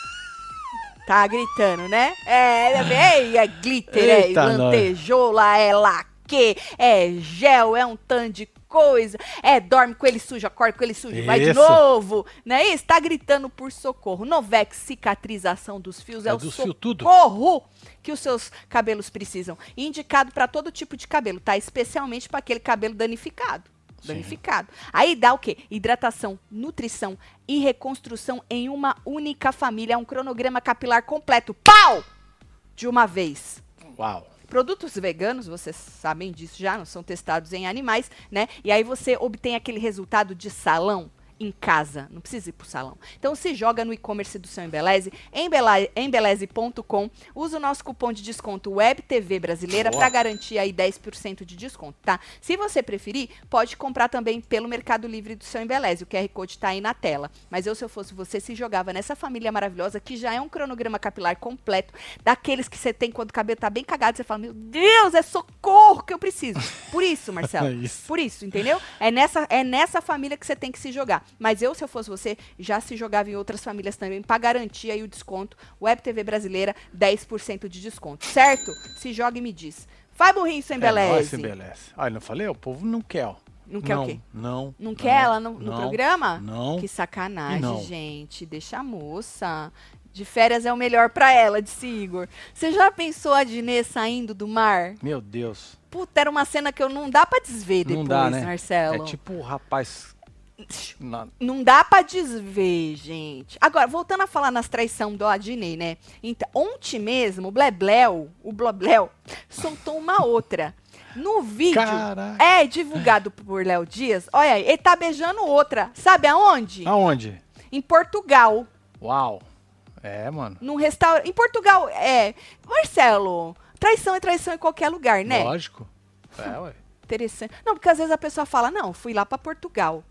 Tá gritando, né? É, é, é glitter, é Eita, lantejoula, é laque, é gel, é um tanto de coisa. É, dorme com ele sujo, acorda com ele sujo, e vai de Isso. novo. Não é isso? Tá gritando por socorro. Novex, cicatrização dos fios, é, É o dos fios tudo. socorro que os seus cabelos precisam. Indicado pra todo tipo de cabelo, tá? Especialmente pra aquele cabelo danificado. Danificado. Aí dá o quê? Hidratação, nutrição e reconstrução em uma única família. É um cronograma capilar completo. Pau! De uma vez. Uau. Produtos veganos, vocês sabem disso já, não são testados em animais, né? E aí você obtém aquele resultado de salão em casa, não precisa ir pro salão. Então se joga no e-commerce do seu Embeleze, embeleze ponto com, usa o nosso cupom de desconto WebTV Brasileira para garantir aí dez por cento de desconto, tá? Se você preferir, pode comprar também pelo Mercado Livre do seu Embeleze, o Q R Code tá aí na tela. Mas eu, se eu fosse você, se jogava nessa família maravilhosa, que já é um cronograma capilar completo, daqueles que você tem quando o cabelo tá bem cagado, você fala, meu Deus, é socorro que eu preciso. Por isso, Marcelo, É isso. por isso, entendeu? É nessa, é nessa família que você tem que se jogar. Mas eu, se eu fosse você, já se jogava em outras famílias também, para garantir aí o desconto. WebTV Brasileira, dez por cento de desconto, certo? Se joga e me diz. Vai, burrinho, seu É nóis, Embeleze. Embeleze. Ah, eu não falei? O povo não quer, ó. Não quer o quê? Não. Não quer ela no, no não, programa? Não. Que sacanagem, Não. gente. Deixa a moça. De férias é o melhor pra ela, disse Igor. Você já pensou a Dinê saindo do mar? Meu Deus. Puta, era uma cena que eu não dá pra desver depois, não dá, né? Marcelo. É tipo o rapaz... Na... Não dá pra desver, gente. Agora, voltando a falar nas traições do Adnei, né? Então, ontem mesmo, o Blebleu, o Blobleu, soltou uma outra. No vídeo, Caraca. é divulgado por Léo Dias, olha aí, ele tá beijando outra. Sabe aonde? Aonde? Em Portugal. Uau. É, mano. Num restaurante. Em Portugal, é. Marcelo, traição é traição em qualquer lugar, né? Lógico. É, ué. Interessante. Não, porque às vezes a pessoa fala, não, fui lá pra Portugal.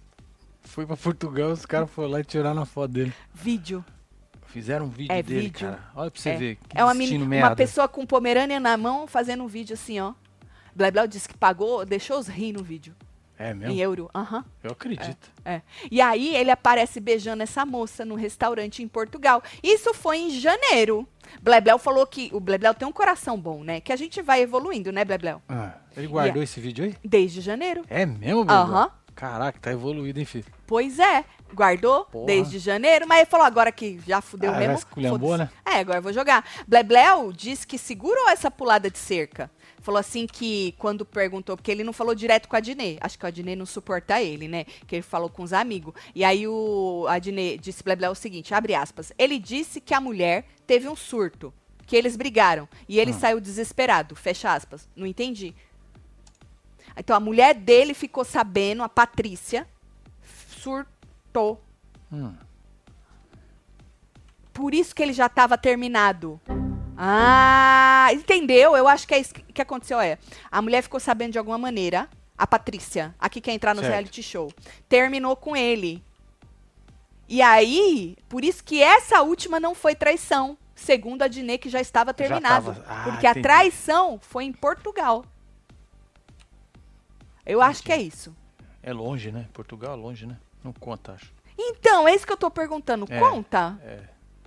Fui pra Portugal, os caras foram lá e tiraram a foto dele. Vídeo. Fizeram um vídeo É dele, vídeo. cara. Olha pra você É, ver. Que é uma, destino meni- merda. uma pessoa com pomerânia na mão fazendo um vídeo assim, ó. Blebleu disse que pagou, deixou os rir no vídeo. É Em mesmo? euro. Aham. Eu acredito. É. E aí ele aparece beijando essa moça no restaurante em Portugal. Isso foi em janeiro. Blebleu falou que o Blebleu tem um coração bom, né? Que a gente vai evoluindo, né, Blebleu? Ah, ele guardou Yeah. esse vídeo aí? Desde janeiro. É mesmo, Bruno? Aham. Caraca, tá evoluído, hein, filho? Pois é, guardou Porra. desde janeiro, mas ele falou agora que já fudeu Ah, já mesmo. esculhambou, foda-se. né? É, agora eu vou jogar. Blebleu disse que segurou essa pulada de cerca. Falou assim que quando perguntou, porque ele não falou direto com a Dinê, acho que a Dinê não suporta ele, né? Que ele falou com os amigos. E aí o, a Dinê disse Blebleu o seguinte, abre aspas, ele disse que a mulher teve um surto, que eles brigaram, e ele Hum. saiu desesperado, fecha aspas. Não entendi. Então a mulher dele ficou sabendo, a Patrícia, surtou. Hum. Por isso que ele já estava terminado. Ah, entendeu? Eu acho que é isso que aconteceu. É, a mulher ficou sabendo de alguma maneira, a Patrícia, aqui quer entrar no Certo. reality show, terminou com ele. E aí, por isso que essa última não foi traição, segundo a Dinê, que já estava terminado. tava- ah, porque a entendi. traição foi em Portugal. Eu acho que é isso. É longe, né? Portugal é longe, né? Não conta, acho. Então, é isso que eu tô perguntando. É, Conta? É.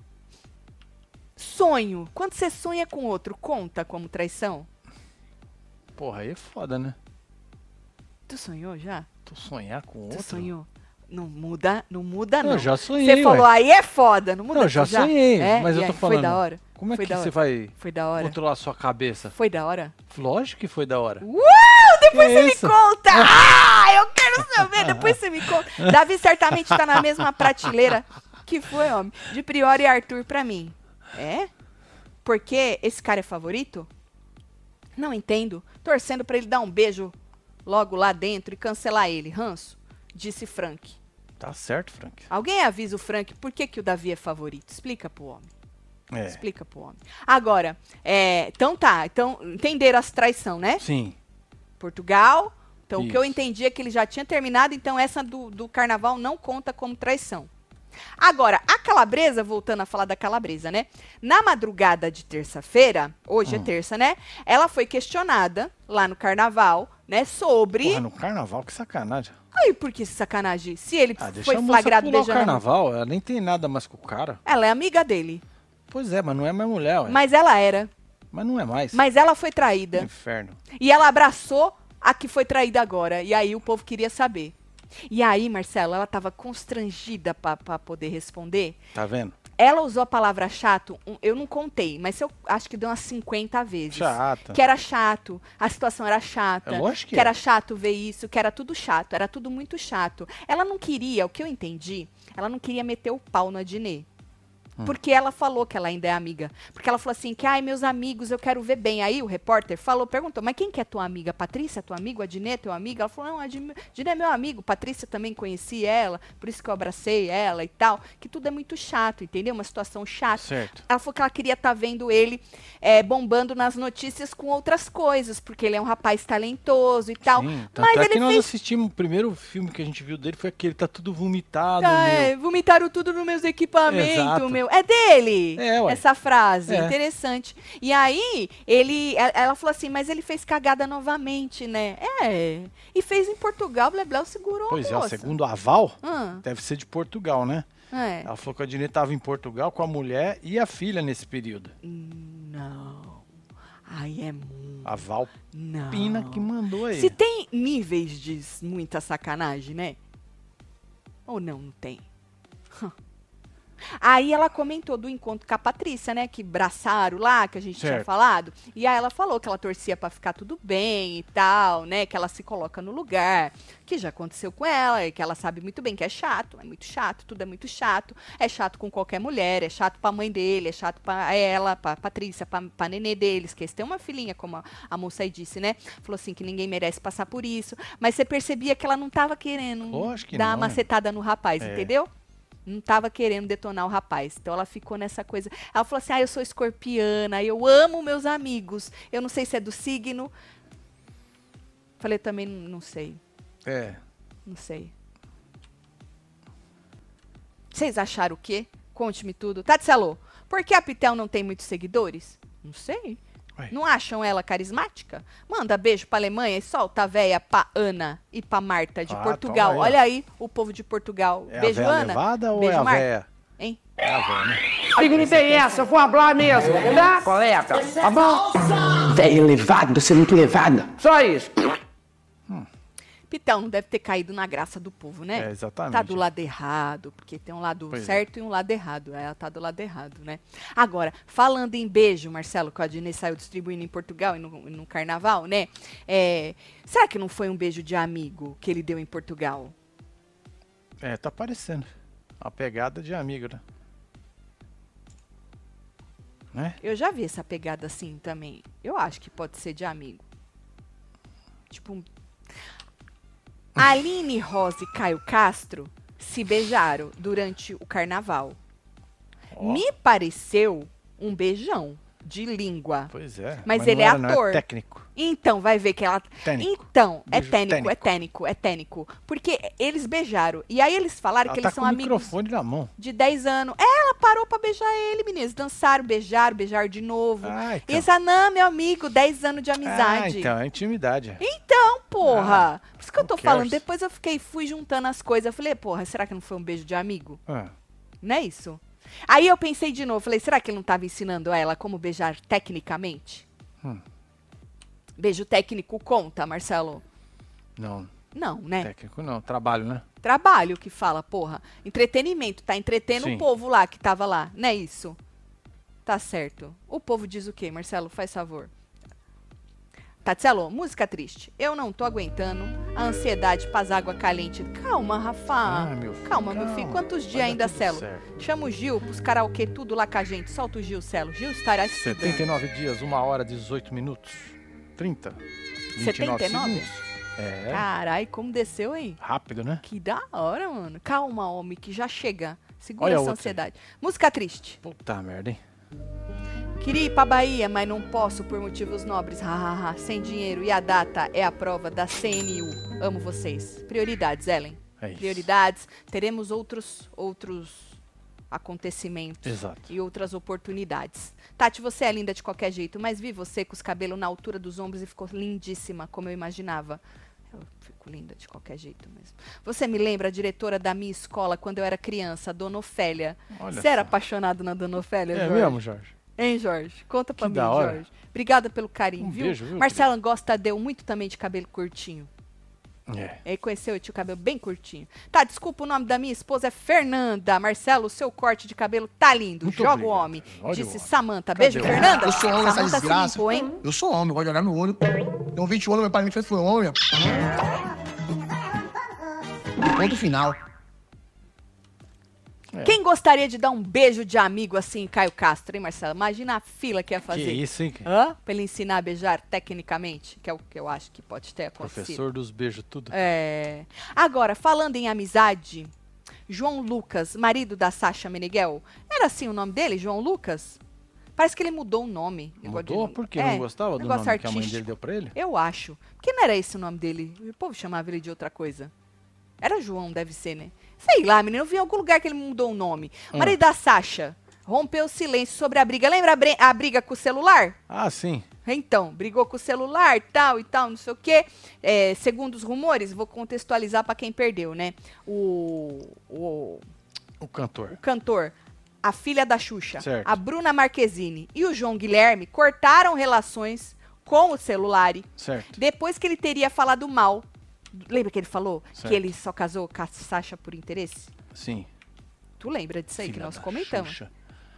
Sonho. Quando você sonha com outro, conta como traição? Porra, aí é foda, né? Tu sonhou já? Tu sonhar com Tu outro? sonhou? Não muda, não muda não. Eu já sonhei, Você falou, ué. aí é foda, não muda. Não, eu já tu sonhei, É? mas E eu tô aí, falando. Foi da hora? Como é Foi que da você hora. vai Foi da hora? controlar a sua cabeça? Foi da hora? Lógico que foi da hora. Uau! Depois Que você isso? me conta! Ah, eu quero saber, depois você me conta. Davi certamente tá na mesma prateleira que foi, homem, de Priori e Arthur pra mim. É? Porque esse cara é favorito? Não entendo. Torcendo pra ele dar um beijo logo lá dentro e cancelar ele. Ranço? Disse Frank. Tá certo, Frank. Alguém avisa o Frank por que, que o Davi é favorito? Explica pro homem. É. Explica pro homem. Agora, é, então tá. Então, entenderam as traição, né? Sim. Portugal, conta. O que eu entendi é que ele já tinha terminado, então essa do, do carnaval não conta como traição. Agora, a Calabresa, voltando a falar da Calabresa, né? Na madrugada de terça-feira, hoje hum. é terça, né? Ela foi questionada lá no carnaval, né? Sobre... Porra, no carnaval? Que sacanagem. Aí, por que sacanagem? Se ele ah, foi flagrado beijando... o carnaval, ela nem tem nada mais com o cara. Ela é amiga dele. Pois é, mas não é mais mulher, ué. Mas ela era. Mas não é mais. Mas ela foi traída. Que inferno. E ela abraçou a que foi traída agora. E aí o povo queria saber. E aí, Marcelo, ela tava constrangida pra, pra poder responder. Tá vendo? Ela usou a palavra chato, um, eu não contei, mas eu acho que deu umas cinquenta vezes. Chata. Que era chato, a situação era chata. É lógico que, que é. era chato ver isso, que era tudo chato, era tudo muito chato. Ela não queria, o que eu entendi, ela não queria meter o pau no Adnet. Porque ela falou que ela ainda é amiga. Porque ela falou assim, que, ai, meus amigos, eu quero ver bem. Aí o repórter falou, perguntou, mas quem que é tua amiga? Patrícia, tua amiga? O Adnet, teu amigo? Ela falou, não, Adnet é meu amigo. Patrícia também conheci ela, por isso que eu abracei ela e tal. Que tudo é muito chato, entendeu? Uma situação chata. Certo. Ela falou que ela queria estar tá vendo ele é, bombando nas notícias com outras coisas, porque ele é um rapaz talentoso e tal. Sim, mas até ele que nós fez... assistimos, o primeiro filme que a gente viu dele foi aquele, tá tudo vomitado. Ah, meu. é, vomitaram tudo nos meus equipamentos, Exato. meu. É dele! É, ué. Essa frase, é. interessante. E aí, ele, ela falou assim, mas ele fez cagada novamente, né? É, e fez em Portugal, o Blebleu segurou Pois a é, moça. o segundo aval, Ah. deve ser de Portugal, né? É. Ela falou que a Adnet estava em Portugal com a mulher e a filha nesse período. Não. Ai, é muito. A Val Não. Pina que mandou aí. Se tem níveis de muita sacanagem, né? Ou não, não tem? Aí ela comentou do encontro com a Patrícia, né? Que braçaram lá, que a gente Certo. tinha falado. E aí ela falou que ela torcia pra ficar tudo bem e tal, né? Que ela se coloca no lugar. Que já aconteceu com ela, e que ela sabe muito bem que é chato. É muito chato, tudo é muito chato. É chato com qualquer mulher, é chato pra mãe dele, é chato pra ela, pra Patrícia, pra, pra nenê deles. Que eles têm uma filhinha, como a, a moça aí disse, né? Falou assim que ninguém merece passar por isso. Mas você percebia que ela não tava querendo Lógico que dar não, uma né? macetada no rapaz, É. entendeu? Não tava querendo detonar o rapaz. Então ela ficou nessa coisa. Ela falou assim, ah, eu sou escorpiana, eu amo meus amigos. Eu não sei se é do signo. Falei também, não sei. É. Não sei. Vocês acharam o quê? Conte-me tudo. Tatselo, por que a Pitel não tem muitos seguidores? Não sei. Ué. Não acham ela carismática? Manda beijo pra Alemanha e solta a véia pra Ana e pra Marta de Ah, Portugal. toma aí, ó. Olha aí o povo de Portugal. É beijo, a véia Ana. levada ou beijo, é a Marta. véia? Hein? É a véia, né? Comigo não tem essa, eu vou falar mesmo, tá, colega? Tá bom? Velho levado, você é muito levada. Só isso. Pitel não deve ter caído na graça do povo, né? É, exatamente. Tá do lado errado, porque tem um lado Pois é. certo e um lado errado. Ela tá do lado errado, né? Agora, falando em beijo, Marcelo, que a Adnet saiu distribuindo em Portugal e no, no carnaval, né? É, será que não foi um beijo de amigo que ele deu em Portugal? É, tá parecendo. Uma pegada de amigo, né? Né? Eu já vi essa pegada assim também. Eu acho que pode ser de amigo. Tipo um... Aline Rosa e Caio Castro se beijaram durante o carnaval. Ó. Me pareceu um beijão de língua. Pois é. Mas ele não é era, não ator. técnico. Então, vai ver que ela... Técnico. Então, é Beijo técnico, técnico. é técnico, é técnico. Porque eles beijaram. E aí eles falaram Ela que tá eles com são o amigos microfone na mão. de dez anos. É, ela parou pra beijar ele, meninas. Dançaram, beijaram, beijaram de novo. Ah, então. E esse Anã, meu amigo, dez anos de Ah, amizade. então, é intimidade. Então, porra. Por isso que eu tô who falando. cares? Depois eu fiquei, fui juntando as coisas. Eu falei, porra, será que não foi um beijo de amigo? Ah, Não é isso? Aí eu pensei de novo, falei, será que ele não estava ensinando ela como beijar tecnicamente? Hum. Beijo técnico conta, Marcelo? não, Não, né? técnico não. Trabalho, né? Trabalho que fala, porra. Entretenimento, tá entretendo Sim. o povo lá que tava lá, não é isso? Tá certo. O povo diz o quê, Marcelo? Faz favor. Tatselo, música triste. Eu não tô aguentando a ansiedade pras água caliente. Calma, Rafa. Ah, meu filho, Calma, meu calma. filho. Quantos Vai dias dar ainda, tudo Celo? certo. Chama o Gil pros karaokê tudo lá com a gente. Solta o Gil, Celo. Gil estará estudando. setenta e nove dias, uma hora, dezoito minutos. trinta. vinte e nove setenta e nove? segundos. É, Carai, como desceu, hein? rápido, né? Que da hora, mano. Calma, homem, que já chega. Segura Olha a essa outra. ansiedade. Música triste. Puta merda, hein? Queria ir pra Bahia, mas não posso por motivos nobres. Hahaha, sem dinheiro. E a data é a prova da C N U. Amo vocês. Prioridades, Ellen. É isso. Prioridades. Teremos outros, outros acontecimentos. Exato. E outras oportunidades. Tati, você é linda de qualquer jeito, mas vi você com os cabelos na altura dos ombros e ficou lindíssima, como eu imaginava. Eu fico linda de qualquer jeito mesmo. Você me lembra a diretora da minha escola quando eu era criança, Dona Ofélia. Olha Você era só. apaixonado na Dona Ofélia, É Jorge? mesmo, Jorge? Hein, Jorge? Conta pra Que mim, da hora. Jorge. Obrigada pelo carinho, Um viu? beijo, viu, Marcela gosta, deu muito também de cabelo curtinho. É. Ele conheceu, eu tinha o cabelo bem curtinho. Tá, desculpa, o nome da minha esposa é Fernanda. Marcelo, o seu corte de cabelo tá lindo. Muito Joga obrigado. o homem. Olha Disse o homem. Samanta. Cadê Beijo, o homem? Fernanda. Eu sou homem, essa Samanta se desgraça. limpou, hein? Eu sou homem, gosto de olhar no olho. Tenho vinte anos, meu pai me fez foi homem. Ponto final. É. Quem gostaria de dar um beijo de amigo assim, Caio Castro, hein, Marcelo? Imagina a fila que ia fazer. Que isso, hein? Hã? Pra ele ensinar a beijar tecnicamente, que é o que eu acho que pode ter acontecido. Professor dos beijos, tudo. É. Agora, falando em amizade, João Lucas, marido da Sasha Meneghel, era assim o nome dele, João Lucas? Parece que ele mudou o nome. Negócio de- Mudou? Por quê? É, Não gostava do negócio nome que a mãe artístico. dele deu pra ele? Eu acho. Porque não era esse o nome dele. O povo chamava ele de outra coisa. Era João, deve ser, né? Sei lá, menino. Eu vi em algum lugar que ele mudou o nome. Hum. Marido da Sasha rompeu o silêncio sobre a briga. Lembra a, bre- a briga com o celular? Ah, sim. Então, brigou com o celular, tal e tal, não sei o quê. É, segundo os rumores, vou contextualizar pra quem perdeu, né? O, o, O cantor. o cantor, a filha da Xuxa, Certo. a Bruna Marquezine e o João Guilherme cortaram relações com o celular Certo. depois que ele teria falado mal. Lembra que ele falou Certo. que ele só casou com a Sasha por interesse? Sim. Tu lembra disso aí que Filha nós da comentamos? Xuxa.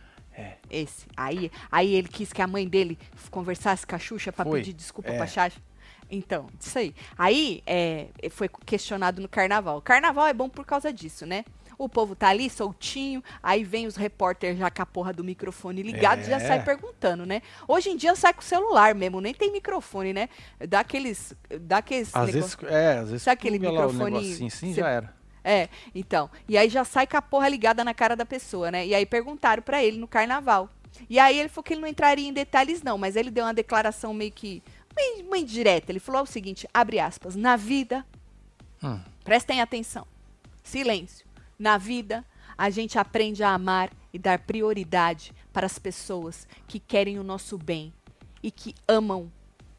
Esse. Aí, aí ele quis que a mãe dele f- conversasse com a Xuxa pra Foi. pedir desculpa É. pra Xuxa. Então, isso aí. Aí é, foi questionado no carnaval. Carnaval é bom por causa disso, né? O povo tá ali soltinho, aí vem os repórteres já com a porra do microfone ligado e já É. sai perguntando, né? Hoje em dia sai com o celular mesmo, nem tem microfone, né? Dá aqueles. Dá aqueles Às negócio- vezes, é, às vezes Sabe aquele pluga lá o microfone- negocinho, sim, cê- já era. É, então. E aí já sai com a porra ligada na cara da pessoa, né? E aí perguntaram pra ele no carnaval. E aí ele falou que ele não entraria em detalhes, não, mas ele deu uma declaração meio que. Meio, meio direta. Ele falou o seguinte: abre aspas, na vida. Hum. Prestem atenção. Silêncio. Na vida, a gente aprende a amar e dar prioridade para as pessoas que querem o nosso bem e que amam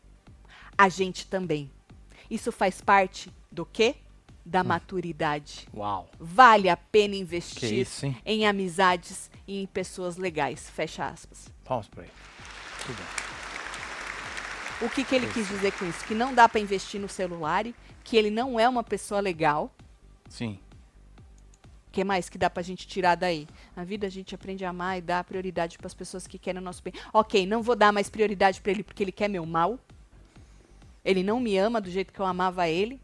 a gente também. Isso faz parte do quê? Da maturidade. Uau. Vale a pena Que investir isso, hein? em amizades e em pessoas legais. Fecha aspas. Palmas pra ele. Tudo bem. O que, que ele quis dizer com isso? Que não dá para investir no celular, que ele não é uma pessoa legal. Sim. O que mais que dá pra gente tirar daí? Na vida a gente aprende a amar e dar prioridade para as pessoas que querem o nosso bem. Ok, não vou dar mais prioridade para ele porque ele quer meu mal. Ele não me ama do jeito que eu amava ele.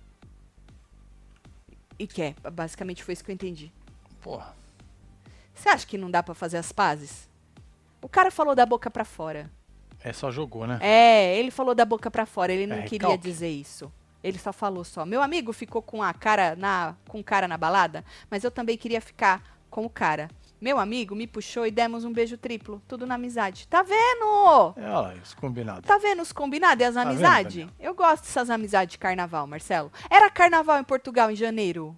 E quer. Basicamente foi isso que eu entendi. Porra. Você acha que não dá pra fazer as pazes? O cara falou da boca pra fora. É, só jogou, né? É, ele falou da boca pra fora, ele não É, queria recalque. dizer isso. Ele só falou só. Meu amigo ficou com a cara na com o cara na balada, mas eu também queria ficar com o cara. Meu amigo me puxou e demos um beijo triplo, tudo na amizade. Tá vendo? É, olha lá, isso combinado. Tá vendo os combinados e as vendo, amizades? Daniel? Eu gosto dessas amizades de carnaval, Marcelo. Era carnaval em Portugal em janeiro?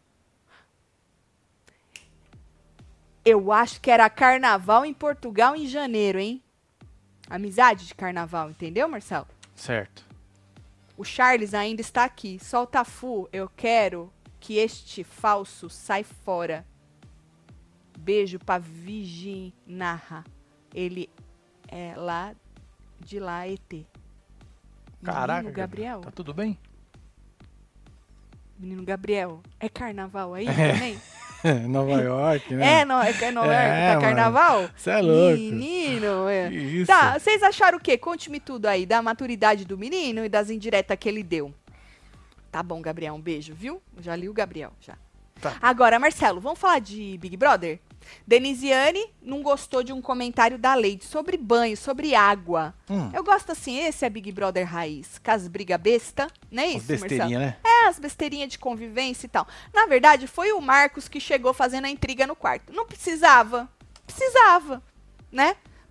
Eu acho que era carnaval em Portugal em janeiro, hein? Amizade de carnaval, entendeu, Marcelo? Certo. O Charles ainda está aqui. Solta Fu, eu quero que este falso sai fora. Beijo pra Viginarra. Ele é lá de lá, E T. Caraca, Menino Gabriel. Tá tudo bem? Menino Gabriel, é carnaval aí também? Nova York, né? É, não, é, é Nova É, York, tá mano. carnaval? Cê é louco. Menino, é. Que isso? Tá, vocês acharam o quê? Conte-me tudo aí, da maturidade do menino e das indiretas que ele deu. Tá bom, Gabriel, um beijo, viu? Já li o Gabriel, já. Tá. Agora, Marcelo, vamos falar de Big Brother? Denisiane não gostou de um comentário da Leide sobre banho, sobre água. Hum. Eu gosto assim, esse é Big Brother raiz. Com as briga besta, não é As isso, Marcelo? besteirinhas, né? É, as besteirinhas de convivência e tal. Na verdade, foi o Marcos que chegou fazendo a intriga no quarto. Não precisava. Precisava, né?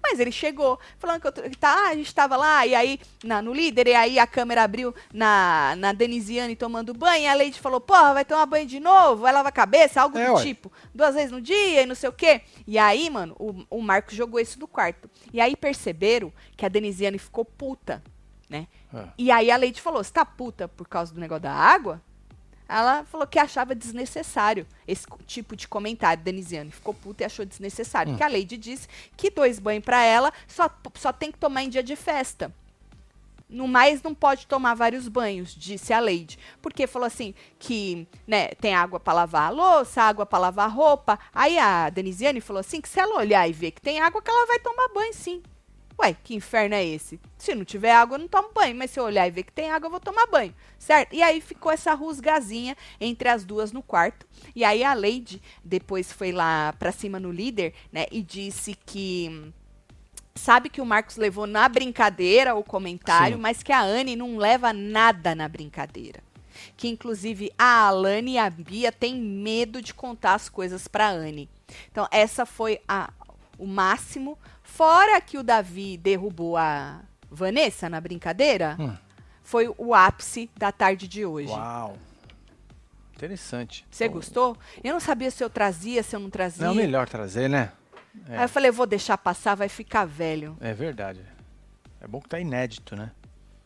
Mas ele chegou, falando que eu, tá, a gente tava lá, e aí, na, no líder, e aí a câmera abriu na, na Denisiane tomando banho, e a Leide falou, porra, vai tomar banho de novo, vai lavar a cabeça, algo É, do ué. tipo, duas vezes no dia e não sei o quê. E aí, mano, o, o Marcos jogou isso do quarto. E aí perceberam que a Denisiane ficou puta, né? É. E aí a Leide falou, você tá puta por causa do negócio da água? Ela falou que achava desnecessário esse co- tipo de comentário, Denisiane. Ficou puta e achou desnecessário. Porque a Leide disse que dois banhos pra ela só, só tem que tomar em dia de festa. No mais, não pode tomar vários banhos, disse a Leide. Porque falou assim, que né, tem água pra lavar a louça, água pra lavar a roupa. Aí a Denisiane falou assim, que se ela olhar e ver que tem água, que ela vai tomar banho sim. Ué, que inferno é esse? Se não tiver água, eu não tomo banho. Mas se eu olhar e ver que tem água, eu vou tomar banho. Certo? E aí ficou essa rusgazinha entre as duas no quarto. E aí a Leide depois foi lá pra cima no líder, né? E disse que... Sabe que o Marcos levou na brincadeira o comentário, Sim. mas que a Anne não leva nada na brincadeira. Que, inclusive, a Alane e a Bia têm medo de contar as coisas pra Anne. Então, essa foi a, o máximo. Fora que o Davi derrubou a Vanessa na brincadeira, Hum. foi o ápice da tarde de hoje. Uau. Interessante. Você gostou? Eu não sabia se eu trazia, se eu não trazia. Não, melhor trazer, né? É. Aí eu falei, eu vou deixar passar, vai ficar velho. É verdade. É bom que tá inédito, né?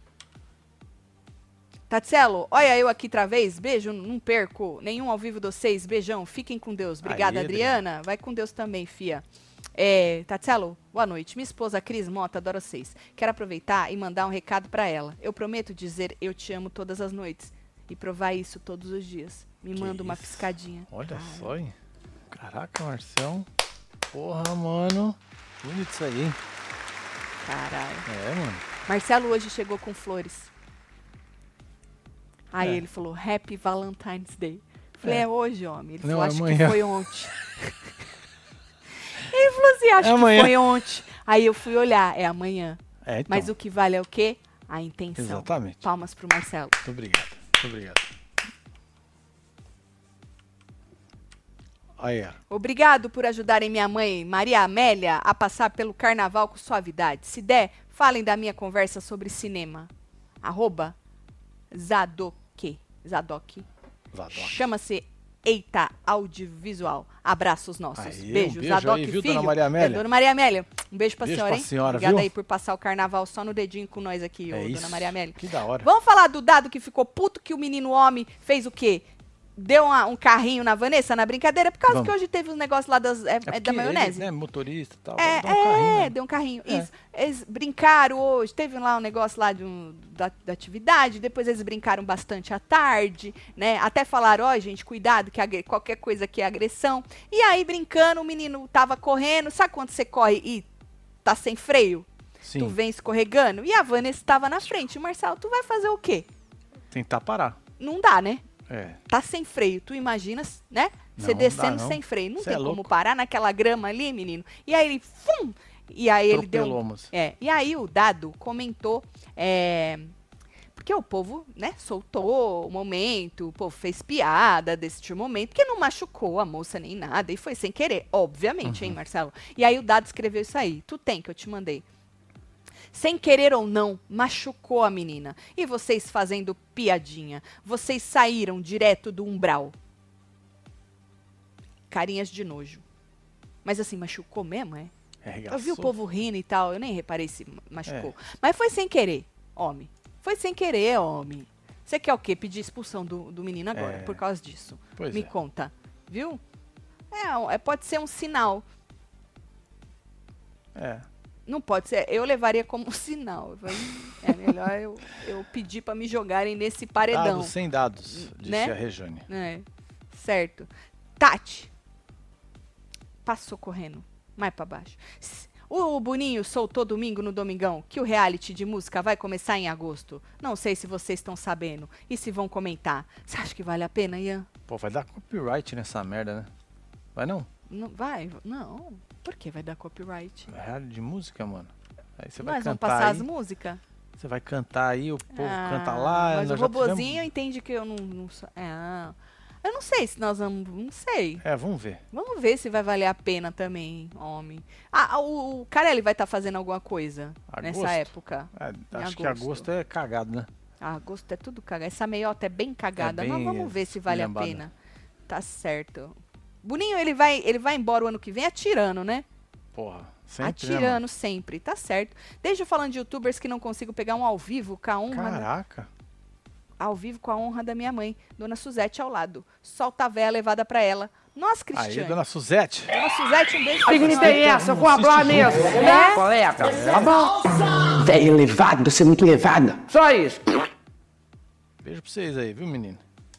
Tatselo, olha eu aqui outra vez. Beijo, não perco nenhum ao vivo de vocês. Beijão, fiquem com Deus. Obrigada, Aí, Adriana. Vai com Deus também, fia. É, Tatselo, boa noite. Minha esposa Cris Mota adora vocês. Quero aproveitar e mandar um recado pra ela. Eu prometo dizer eu te amo todas as noites e provar isso todos os dias. Me Que manda uma isso. piscadinha. Olha Ai. só, hein? Caraca, Marcião. Porra, mano. Bonito isso aí, hein? Caralho. É, mano. Marcelo hoje chegou com flores. Aí É. ele falou, Happy Valentine's Day. Falei, é, É. hoje, homem. Ele Não, falou, é acho que amanhã. foi ontem. Ele falou assim, acho É que amanhã. foi ontem. Aí eu fui olhar, é amanhã. É, então. Mas o que vale é o quê? A intenção. Exatamente. Palmas pro Marcelo. Muito obrigado. Muito obrigado. Aí, ó. Obrigado por ajudarem minha mãe, Maria Amélia, a passar pelo carnaval com suavidade. Se der, falem da minha conversa sobre cinema. Arroba Zadoque. Zadoque. Zadok. Chama-se Eita Audiovisual. Abraços nossos. Aí, um Beijos. beijo aí, Zadoque, viu, filho. dona Maria Amélia? É, dona Maria Amélia. Um beijo pra Beijo senhora, pra hein? senhora, Obrigada viu? aí por passar o carnaval só no dedinho com nós aqui, É ô, isso. dona Maria Amélia. Que da hora. Vamos falar do dado que ficou puto que o menino homem fez o quê? Deu uma- um carrinho na Vanessa na brincadeira, por causa Vamos. que hoje teve um negócio lá das, é, é porque da maionese. Ele, né, motorista e tal. É, dá um carrinho, é, né? deu um carrinho. É. Isso. Eles brincaram hoje, teve lá um negócio lá de um, da, da atividade, depois eles brincaram bastante à tarde, né? Até falaram, ó, gente, cuidado, que agre- qualquer coisa aqui é agressão. E aí, brincando, o menino tava correndo, sabe quando você corre e tá sem freio? Sim, Tu vem escorregando? E a Vanessa estava na frente. O Marcelo, tu vai fazer o quê? tentar parar. Não dá, né? É. Tá sem freio. Tu imaginas, né? Você Não, descendo dá não. sem freio. Não Cê tem é como louco. parar naquela grama ali, menino. E aí ele, fum! E aí ele deu... Atropelou, moça. É, e aí o Dado comentou, é, porque o povo, né, soltou o momento, o povo fez piada desse momento, que não machucou a moça nem nada, e foi sem querer, obviamente, Uhum. hein, Marcelo? E aí o Dado escreveu isso aí, tu tem, que eu te mandei. Sem querer ou não, machucou a menina. E vocês fazendo piadinha, vocês saíram direto do umbral. Carinhas de nojo. Mas assim, machucou mesmo, é? Arregaçou. Eu vi o povo rindo e tal, eu nem reparei se É. machucou. Mas foi sem querer, homem. Foi sem querer, homem. Você quer o quê? Pedir expulsão do, do menino agora, É. por causa disso. Pois Me é. conta, viu? É, é, pode ser um sinal. É. Não pode ser. Eu levaria como um sinal. Eu falei, é melhor eu, eu pedir pra me jogarem nesse paredão. Dados sem dados, disse Né? a Rejane. É, certo. Tati. Passou correndo. Mais pra baixo. S- O Boninho soltou domingo no Domingão que o reality de música vai começar em agosto. Não sei se vocês estão sabendo e se vão comentar. Você acha que vale a pena, Ian? Pô, vai dar copyright nessa merda, né? Vai não? Não, vai? Não. Por que vai dar copyright? É reality de música, mano. Aí você vai Nós vamos cantar passar aí, as músicas? você vai cantar aí, o povo Ah, canta lá. Mas o nós já robozinho tivemos- entende que eu não, não sou. É, ah. Eu não sei se nós vamos. Não sei. É, vamos ver. Vamos ver se vai valer a pena também, homem. Ah, o, o Carelli vai estar tá fazendo alguma coisa Agosto? nessa época. É, acho agosto. que agosto é cagado, né? Ah, agosto é tudo cagado. Essa meiota é bem cagada. É bem Mas vamos ver se vale lambada. a pena. Tá certo. Boninho, ele vai, ele vai embora o ano que vem atirando, né? Porra, sempre, né, atirando mano? sempre. Tá certo. Desde eu falando de youtubers que não consigo pegar um ao vivo com a honra. da- Caraca. Ao vivo com a honra da minha mãe, Dona Suzete ao lado. Solta a véia levada pra ela. Nossa, Aí, Cristiane. dona Suzete. Dona Suzete, um beijo pra Dignidade você. é essa, eu vou falar mesmo, né, colega? Tá bom? Velho elevado, você é muito elevada. Só isso. Beijo pra vocês aí, viu, menino?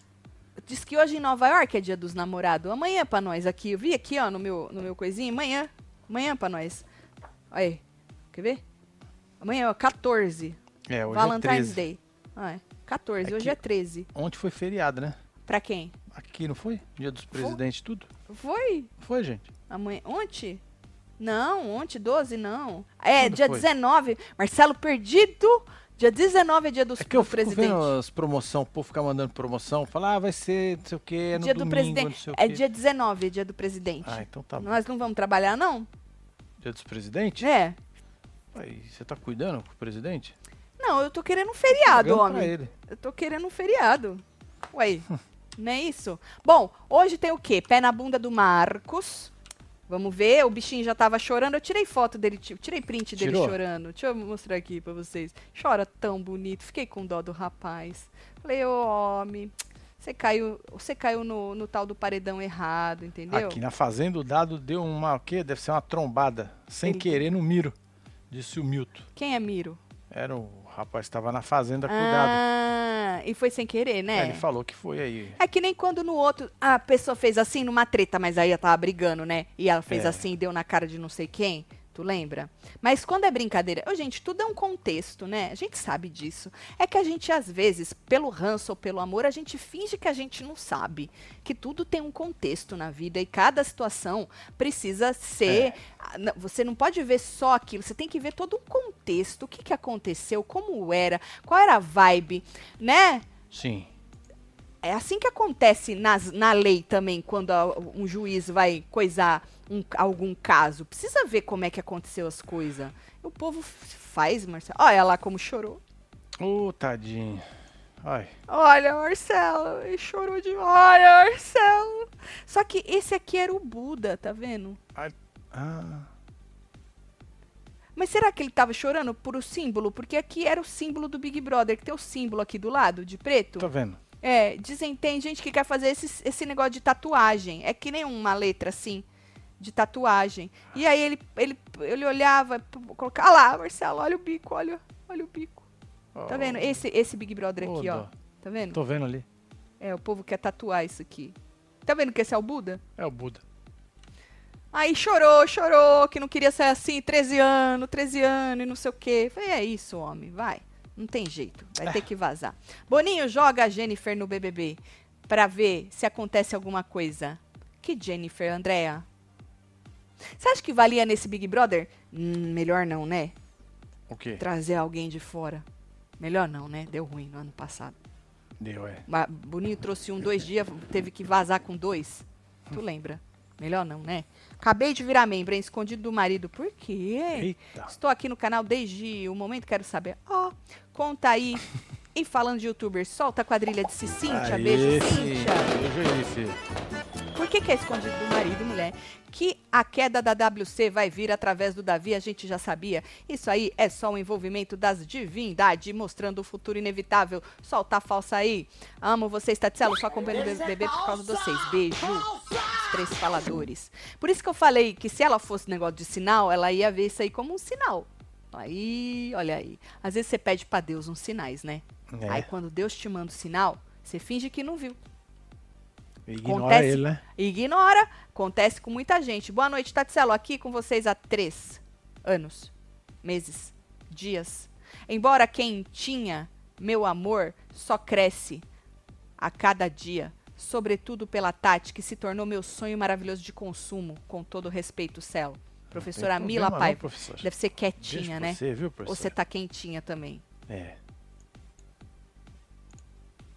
Diz que hoje em Nova York é dia dos namorados. Amanhã pra nós aqui. Eu vi aqui, ó, no meu, no meu coisinho. Amanhã. Amanhã pra nós. Aí. Quer ver? Amanhã, ó, quatorze. É, hoje Valentine's é treze. Day. Ah, é. quatorze. É hoje que- é treze. Ontem foi feriado, né? Pra quem? Aqui, não foi? Dia dos presidentes, tudo? Foi? Foi, gente? Amanhã. Ontem? Não, ontem, doze, não. É, Quando dia foi? dezenove. Marcelo Perdido. Dia dezenove é dia dos, É que eu do fico presidente. vendo as promoção, o povo fica mandando promoção, falar, ah, vai ser não sei o que, no Dia do domingo, presidente. não sei o É quê. dia dezenove, é dia do presidente. Ah, então tá bom. Nós não vamos trabalhar, não? Dia dos presidentes? É. Aí, você tá cuidando com o presidente? Não, eu tô querendo um feriado, Pagando pra homem. ele. Eu tô querendo um feriado. Ué, não é isso? Bom, hoje tem o quê? Pé na bunda do Marcos. Vamos ver, o bichinho já tava chorando. Eu tirei foto dele, ti- tirei print dele Tirou? chorando. Deixa eu mostrar aqui pra vocês. Chora tão bonito. Fiquei com dó do rapaz. Falei, ô homem, você caiu, você caiu no, no tal do paredão errado, entendeu? Aqui na fazenda o dado deu uma, o quê? Deve ser uma trombada, sem Ele- querer, no Miro, disse o Milton. Quem é Miro? Era o rapaz que estava na fazenda cuidado. Ah, e foi sem querer, né? Aí ele falou que foi aí. É que nem quando no outro a pessoa fez assim numa treta, mas aí ela tava brigando, né? E ela fez É. assim e deu na cara de não sei quem. Tu lembra? Mas quando é brincadeira, ô, gente, tudo é um contexto, né? A gente sabe disso. É que a gente, às vezes, pelo ranço ou pelo amor, a gente finge que a gente não sabe. Que tudo tem um contexto na vida e cada situação precisa ser. Ah, não, você não pode ver só aquilo, você tem que ver todo um contexto. O que, que aconteceu, como era, qual era a vibe, né? Sim. É assim que acontece nas, na lei também, quando a- um juiz vai coisar um- algum caso. Precisa ver como é que aconteceu as coisas. O povo f- faz, Marcelo. Olha lá como chorou. Ô, tadinho. Ai, Olha, Marcelo, ele chorou de... Olha, Marcelo. Só que esse aqui era o Buda, tá vendo? ah, Mas será que ele tava chorando por o símbolo? Porque aqui era o símbolo do Big Brother, que tem o símbolo aqui do lado, de preto. tô vendo. É, dizem, tem gente que quer fazer esse, esse negócio de tatuagem. É que nem uma letra assim, de tatuagem. E aí ele, ele, ele olhava, p- colocava. Ah lá, Marcelo, olha o bico, olha, olha o bico. Tá vendo? Esse, esse Big Brother Ô, aqui, ó. dó. Tá vendo? Tô vendo ali. É, o povo quer tatuar isso aqui. Tá vendo que esse é o Buda? É o Buda. Aí chorou, chorou, que não queria sair assim, treze anos, treze anos e não sei o quê. Falei, é isso, homem, vai. Não tem jeito, vai ter que vazar. Boninho joga a Jennifer no B B B pra ver se acontece alguma coisa. Que Jennifer, Andréa? Você acha que valia nesse Big Brother? Hum, melhor não, né? O quê? Trazer alguém de fora. Melhor não, né? Deu ruim no ano passado. Deu, é. Mas Boninho trouxe um dois dias, teve que vazar com dois. Tu lembra? Melhor não, né? Acabei de virar membro, hein? Escondido do marido. Por quê? Eita. Estou aqui no canal desde o momento, quero saber. Ó, conta aí. E falando de youtubers, solta a quadrilha de Cíntia. Aê, Beijo, filho. Cíntia. Beijo aí, filho. Por que, que é escondido do marido, mulher? Que a queda da W C vai vir através do Davi, a gente já sabia. Isso aí é só o envolvimento das divindades, mostrando o futuro inevitável. Solta a falsa aí. Amo vocês, Tatselo, só acompanhando o bebê por causa de vocês. Beijo. Os três faladores. Por isso que eu falei que se ela fosse negócio de sinal, ela ia ver isso aí como um sinal. Aí, olha aí. Às vezes você pede pra Deus uns sinais, né? É. Aí quando Deus te manda o sinal, você finge que não viu. Ignora Acontece- ele, né? Ignora. Acontece com muita gente. Boa noite, Tatselo. Aqui com vocês há três anos, meses, dias. Embora quem tinha meu amor só cresce a cada dia. Sobretudo pela Tati, que se tornou meu sonho maravilhoso de consumo. Com todo respeito, Celo. Professora tem Mila problema não, Paiva. professor. Deve ser Deixa quietinha, né? você, viu, Ou professor? você tá quentinha também. É.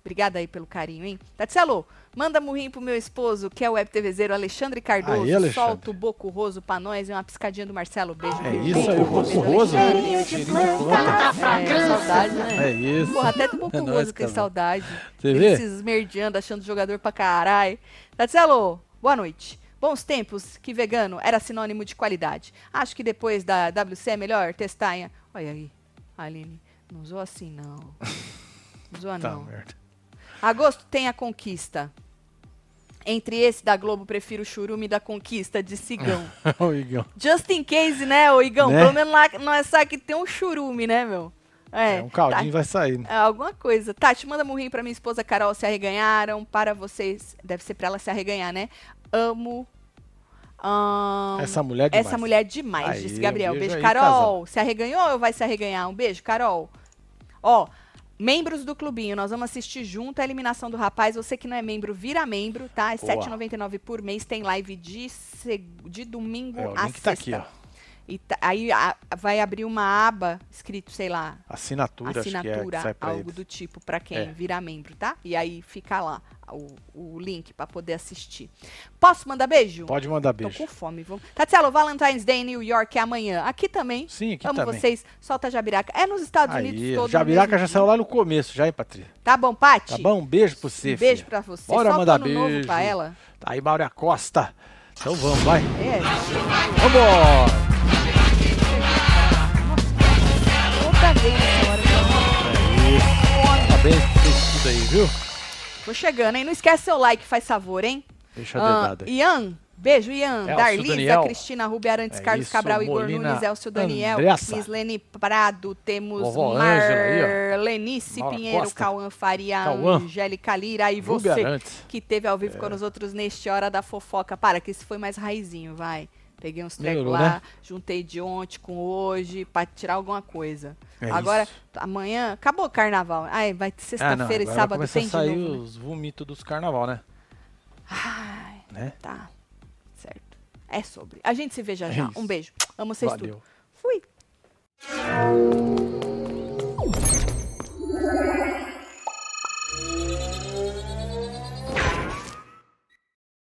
Obrigada aí pelo carinho, hein? Tatselo, manda murrinho pro meu esposo, que é o WebTVzeiro Alexandre Cardoso. Aí, Alexandre. Solta o boco roso pra nós e uma piscadinha do Marcelo. Beijo. É beijo, isso beijo. aí, o boco roso. Cheirinho de planta. É, saudade, né? É isso. Porra, até do boco É roso nóis, tem casal. saudade. Você Ele vê? se esmerdeando, achando jogador pra caralho. Tatselo, boa noite. Bons tempos que vegano era sinônimo de qualidade. Acho que depois da W C é melhor testar em... Olha aí, Aline, não usou assim não. Não zoa Tá, não. merda. Agosto tem a conquista. Entre esse da Globo, prefiro o churume da conquista, de Cigão. Ô, Igão. Just in case, né, ô Igão? Né? Pelo menos lá nós sabe que tem um churume, né, meu? É, um caldinho vai sair, né? É, alguma coisa. Tati, manda murrinho pra minha esposa Carol, se arreganharam. Para vocês, deve ser pra ela se arreganhar, né? Amo. ahn, Essa mulher demais. Essa mulher demais, Aí, disse Gabriel. um beijo Beijo, aí, Carol. casal. Se arreganhou ou vai se arreganhar? Um beijo, Carol. Ó, membros do clubinho, nós vamos assistir junto a eliminação do rapaz. Você que não é membro, vira membro, tá? É Boa. sete reais e noventa e nove centavos por mês. Tem live de, seg... de domingo É, o a link tá sexta. aqui, ó. E tá- aí a- vai abrir uma aba escrito, sei lá, Assinatura, assinatura, acho que é, que sai pra algo eles. do tipo, pra quem É. virar membro, tá? E aí fica lá o, o link pra poder assistir. Posso mandar beijo? Pode mandar Tô beijo. com fome. Vamos... Tatielo, Valentine's Day em New York é amanhã. Aqui também. Sim, aqui Amo também. vocês. Solta a Jabiraca. É nos Estados Unidos Aí, todo Jabiraca no já mesmo saiu dia. lá no começo, já, hein, Patrícia? Tá bom, Pati? Tá bom? Um beijo pra você, Um beijo filha. pra você. Bora Solta mandar ano novo beijo. pra ela. Tá aí, Maura Costa. Então vamos, vai. É. Vambora! Outra vez nessa hora. Isso. Parabéns por vocês tudo aí, viu? Tô chegando, hein? Não esquece seu like, faz favor, hein? Deixa a Ah, dedada aí. Ian, beijo, Ian. Elcio Darlisa, Daniel. Cristina Rubio Arantes, É Carlos isso, Cabral, Igor Molina, Nunes, Elcio Daniel, Andressa. Mislene Prado, temos Vovó Ângela aí, ó. Marlenice Maura Pinheiro, Costa. Cauã Faria, Cauã. Angélica Lira e Rubio você Arantes. que teve ao vivo com nós outros neste Hora da Fofoca. Para, que esse foi mais raizinho, vai. Peguei uns trecos Melhorou, lá, né? juntei de ontem com hoje pra tirar alguma coisa. É Agora, isso. amanhã, acabou o carnaval. Ai, vai Ah, não, sexta-feira e agora sábado começa tem a de sair novo. né? os vomitos dos carnaval, né? Ai, Né? tá. Certo. É sobre. A gente se vê já É já. isso. Um beijo. Amo vocês Valeu. tudo. Fui.